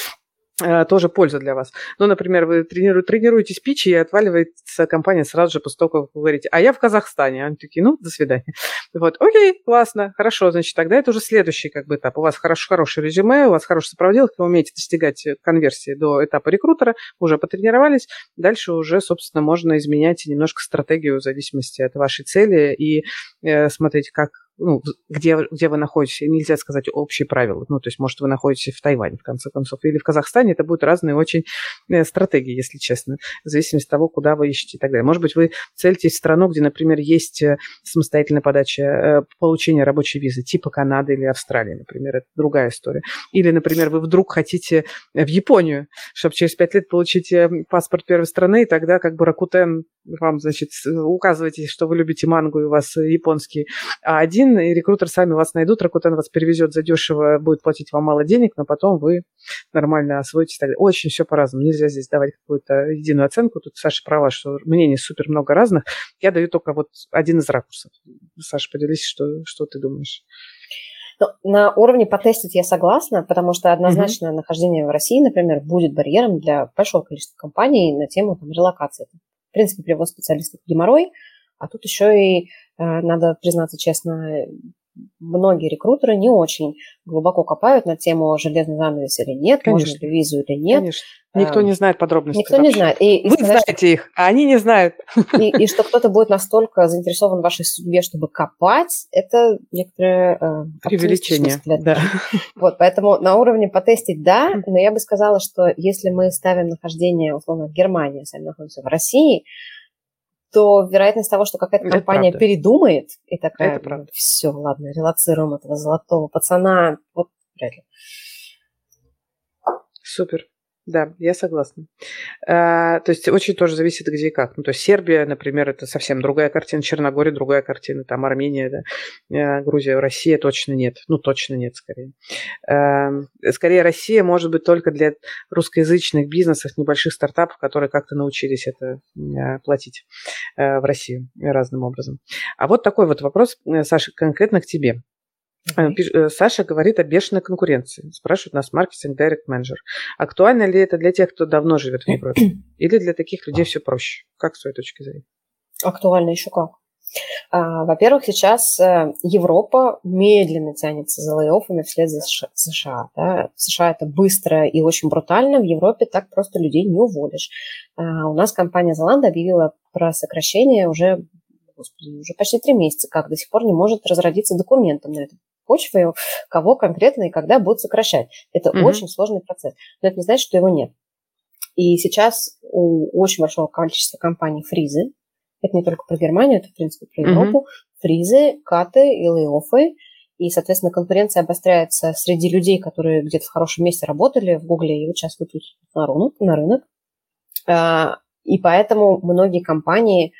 тоже польза для вас. Ну, например, вы тренируете, тренируете спичи, и отваливается компания сразу же после того, как вы говорите, а я в Казахстане. Они такие, ну, до свидания. Вот, окей, классно, хорошо, значит, тогда это уже следующий как бы этап. У вас хорош, хорошее резюме, у вас хорошая сопроводилка, вы умеете достигать конверсии до этапа рекрутера, уже потренировались, дальше уже, собственно, можно изменять немножко стратегию в зависимости от вашей цели и э, смотреть, как ну, где, где вы находитесь, нельзя сказать общие правила. Ну, то есть, может, вы находитесь в Тайване, в конце концов, или в Казахстане. Это будут разные очень э, стратегии, если честно, в зависимости от того, куда вы ищете и так далее. Может быть, вы целитесь в страну, где, например, есть самостоятельная подача, э, получения рабочей визы, типа Канады или Австралии, например. Это другая история. Или, например, вы вдруг хотите в Японию, чтобы через пять лет получить паспорт первой страны, и тогда как бы Rakuten вам, значит, указываете, что вы любите мангу, и у вас японский а один, и рекрутер сами вас найдут, Rakuten вас перевезет задешево, будет платить вам мало денег, но потом вы нормально освоитесь. Так далее. Очень все по-разному. Нельзя здесь давать какую-то единую оценку. Тут Саша права, что мнений супер много разных. Я даю только вот один из ракурсов. Саша, поделись, что, что ты думаешь. Ну, на уровне потестить я согласна, потому что однозначно mm-hmm. нахождение в России, например, будет барьером для большого количества компаний на тему там, релокации. В принципе, перевод специалистов геморрой, а тут еще и, надо признаться честно, многие рекрутеры не очень глубоко копают на тему железный занавес или нет, Конечно. Можно ли визу или нет. Конечно. Никто не знает подробностей. Никто вообще. не знает. И, и Вы сказать, знаете что... их, а они не знают. И, и что кто-то будет настолько заинтересован в вашей судьбе, чтобы копать, это некоторое э, преувеличение. Да. Вот, поэтому на уровне потестить да, но я бы сказала, что если мы ставим нахождение, условно, в Германии, сами находимся в России, то вероятность того, что какая-то компания передумает и такая, ну, все, ладно, релоцируем этого золотого пацана, вот вряд ли. Супер. Да, я согласна. А, то есть очень тоже зависит где и как. Ну, то есть Сербия, например, это совсем другая картина, Черногория другая картина, там Армения, да, Грузия, Россия точно нет. Ну, точно нет, скорее. А, скорее, Россия может быть только для русскоязычных бизнесов, небольших стартапов, которые как-то научились это а, платить а, в Россию разным образом. А вот такой вот вопрос, Саша, конкретно к тебе. Okay. Саша говорит о бешеной конкуренции. Спрашивает нас маркетинг директ менеджер. Актуально ли это для тех, кто давно живет в Европе? Или для таких людей все проще? Как с твоей точки зрения? Актуально еще как. Во-первых, сейчас Европа медленно тянется за лей-оффами вслед за США. Да? В США это быстро и очень брутально. В Европе так просто людей не уволишь. У нас компания Zalando объявила про сокращение уже, господи, уже почти три месяца, как до сих пор не может разродиться документом на этом почве, кого конкретно и когда будут сокращать. Это mm-hmm. очень сложный процесс. Но это не значит, что его нет. И сейчас у очень большого количества компаний фризы. Это не только про Германию, это, в принципе, про Европу. Mm-hmm. Фризы, каты и лей-оффы. И, соответственно, конкуренция обостряется среди людей, которые где-то в хорошем месте работали в Гугле и вот сейчас выйдут на рынок. На рынок. И поэтому многие компании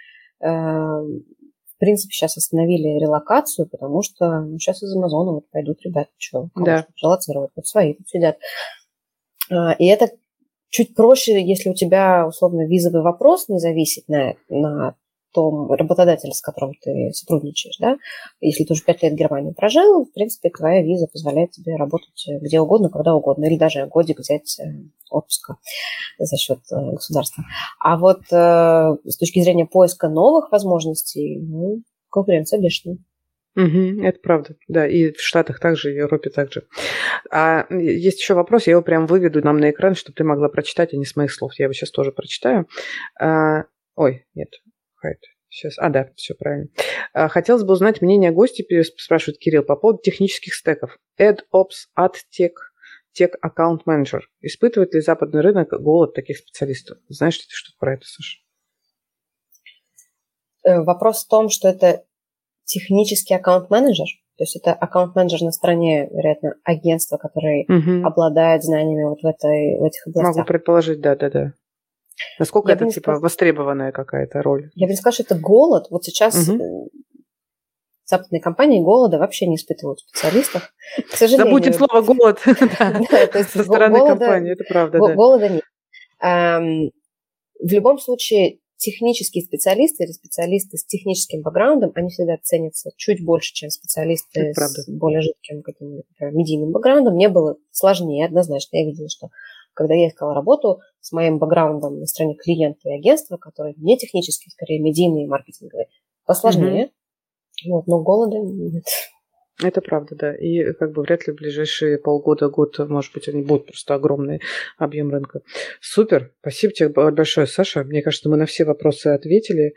в принципе, сейчас остановили релокацию, потому что ну, сейчас из Амазона вот пойдут ребята, что, да. релоцировать, вот свои тут сидят. И это чуть проще, если у тебя, условно, визовый вопрос не зависит на, на том работодателе, с которым ты сотрудничаешь, да. Если ты уже пять лет в Германии прожил, в принципе, твоя виза позволяет тебе работать где угодно, когда угодно, или даже годик взять отпуска за счет государства. А вот э, с точки зрения поиска новых возможностей, ну, конкуренция бешеная. Угу, это правда, да, и в Штатах также, и в Европе также. А есть еще вопрос, я его прям выведу нам на экран, чтобы ты могла прочитать, а не с моих слов. Я его сейчас тоже прочитаю. А, ой, нет, хайт. Сейчас, а, да, все правильно. А, хотелось бы узнать мнение гостей, спрашивает Кирилл, по поводу технических стеков. AdOps, AdTech, тех-аккаунт-менеджер. Испытывает ли западный рынок голод таких специалистов? Знаешь ли ты что-то про это, Саша? Вопрос в том, что это технический аккаунт-менеджер, то есть это аккаунт-менеджер на стороне, вероятно, агентства, который угу. обладает знаниями вот в, этой, в этих областях. Могу предположить, да-да-да. Насколько я это, типа, сказала, востребованная какая-то роль? Я бы не сказала, что это голод. Вот сейчас угу. западные компании голода вообще не испытывают в специалистах. К сожалению. Забудем слово «голод» со стороны компании, это правда. Голода нет. В любом случае, технические специалисты или специалисты с техническим бэкграундом, они всегда ценятся чуть больше, чем специалисты с более жидким каким-нибудь медийным бэкграундом. Мне было сложнее, однозначно. Я видела, что когда я искала работу с моим бэкграундом на стороне клиента и агентства, которые не технические, скорее медийные и маркетинговые, посложнее. Mm-hmm. Вот, но голода нет. Это правда, да. И как бы вряд ли в ближайшие полгода, год, может быть, они будут просто огромный объем рынка. Супер. Спасибо тебе большое, Саша. Мне кажется, мы на все вопросы ответили.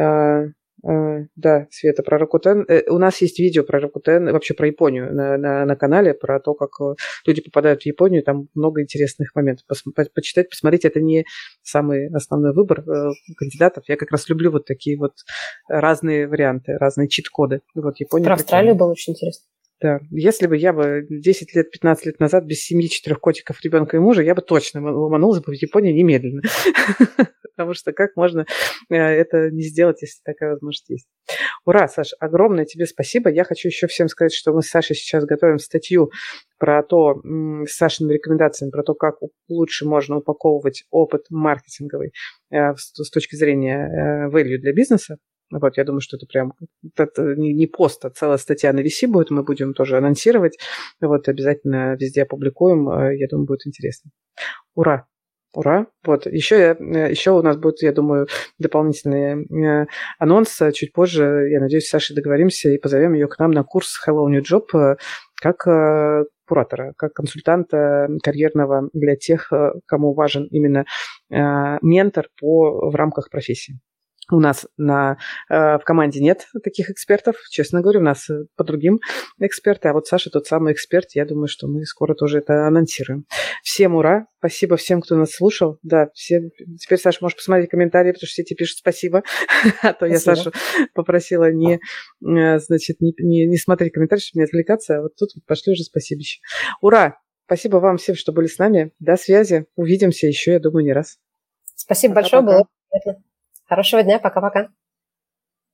Да, Света, про Rakuten. У нас есть видео про Rakuten, вообще про Японию на, на, на канале, про то, как люди попадают в Японию. Там много интересных моментов. Пос, почитать, посмотреть. Это не самый основной выбор кандидатов. Я как раз люблю вот такие вот разные варианты, разные чит-коды. Вот Япония. Про Австралию было очень интересно. Да. Если бы я бы десять лет, пятнадцать лет назад без семьи, четырех котиков, ребенка и мужа, я бы точно ломанулась бы в Японию немедленно. Потому что как можно это не сделать, если такая возможность есть. Ура, Саша, огромное тебе спасибо. Я хочу еще всем сказать, что мы с Сашей сейчас готовим статью про то, с Сашиными рекомендациями, про то, как лучше можно упаковывать опыт маркетинговый с точки зрения value для бизнеса. Вот, я думаю, что это прям это не пост, а целая статья на ви си будет. Мы будем тоже анонсировать. Вот, обязательно везде опубликуем. Я думаю, будет интересно. Ура! Ура! Вот, еще, еще у нас будет, я думаю, дополнительный анонс. Чуть позже, я надеюсь, с Сашей договоримся и позовем ее к нам на курс Hello New Job как куратора, как консультанта карьерного для тех, кому важен именно ментор по, в рамках профессии. У нас на, э, в команде нет таких экспертов, честно говорю, у нас по другим эксперты, а вот Саша тот самый эксперт, я думаю, что мы скоро тоже это анонсируем. Всем ура, спасибо всем, кто нас слушал, да, все, теперь, Саша, можешь посмотреть комментарии, потому что все тебе пишут спасибо, а то я Сашу попросила не, значит, не, не, не смотреть комментарии, чтобы не отвлекаться, а вот тут пошли уже спасибище. Ура, спасибо вам всем, что были с нами, до связи, увидимся еще, я думаю, не раз. Спасибо большое, было приятно. Хорошего дня, пока-пока.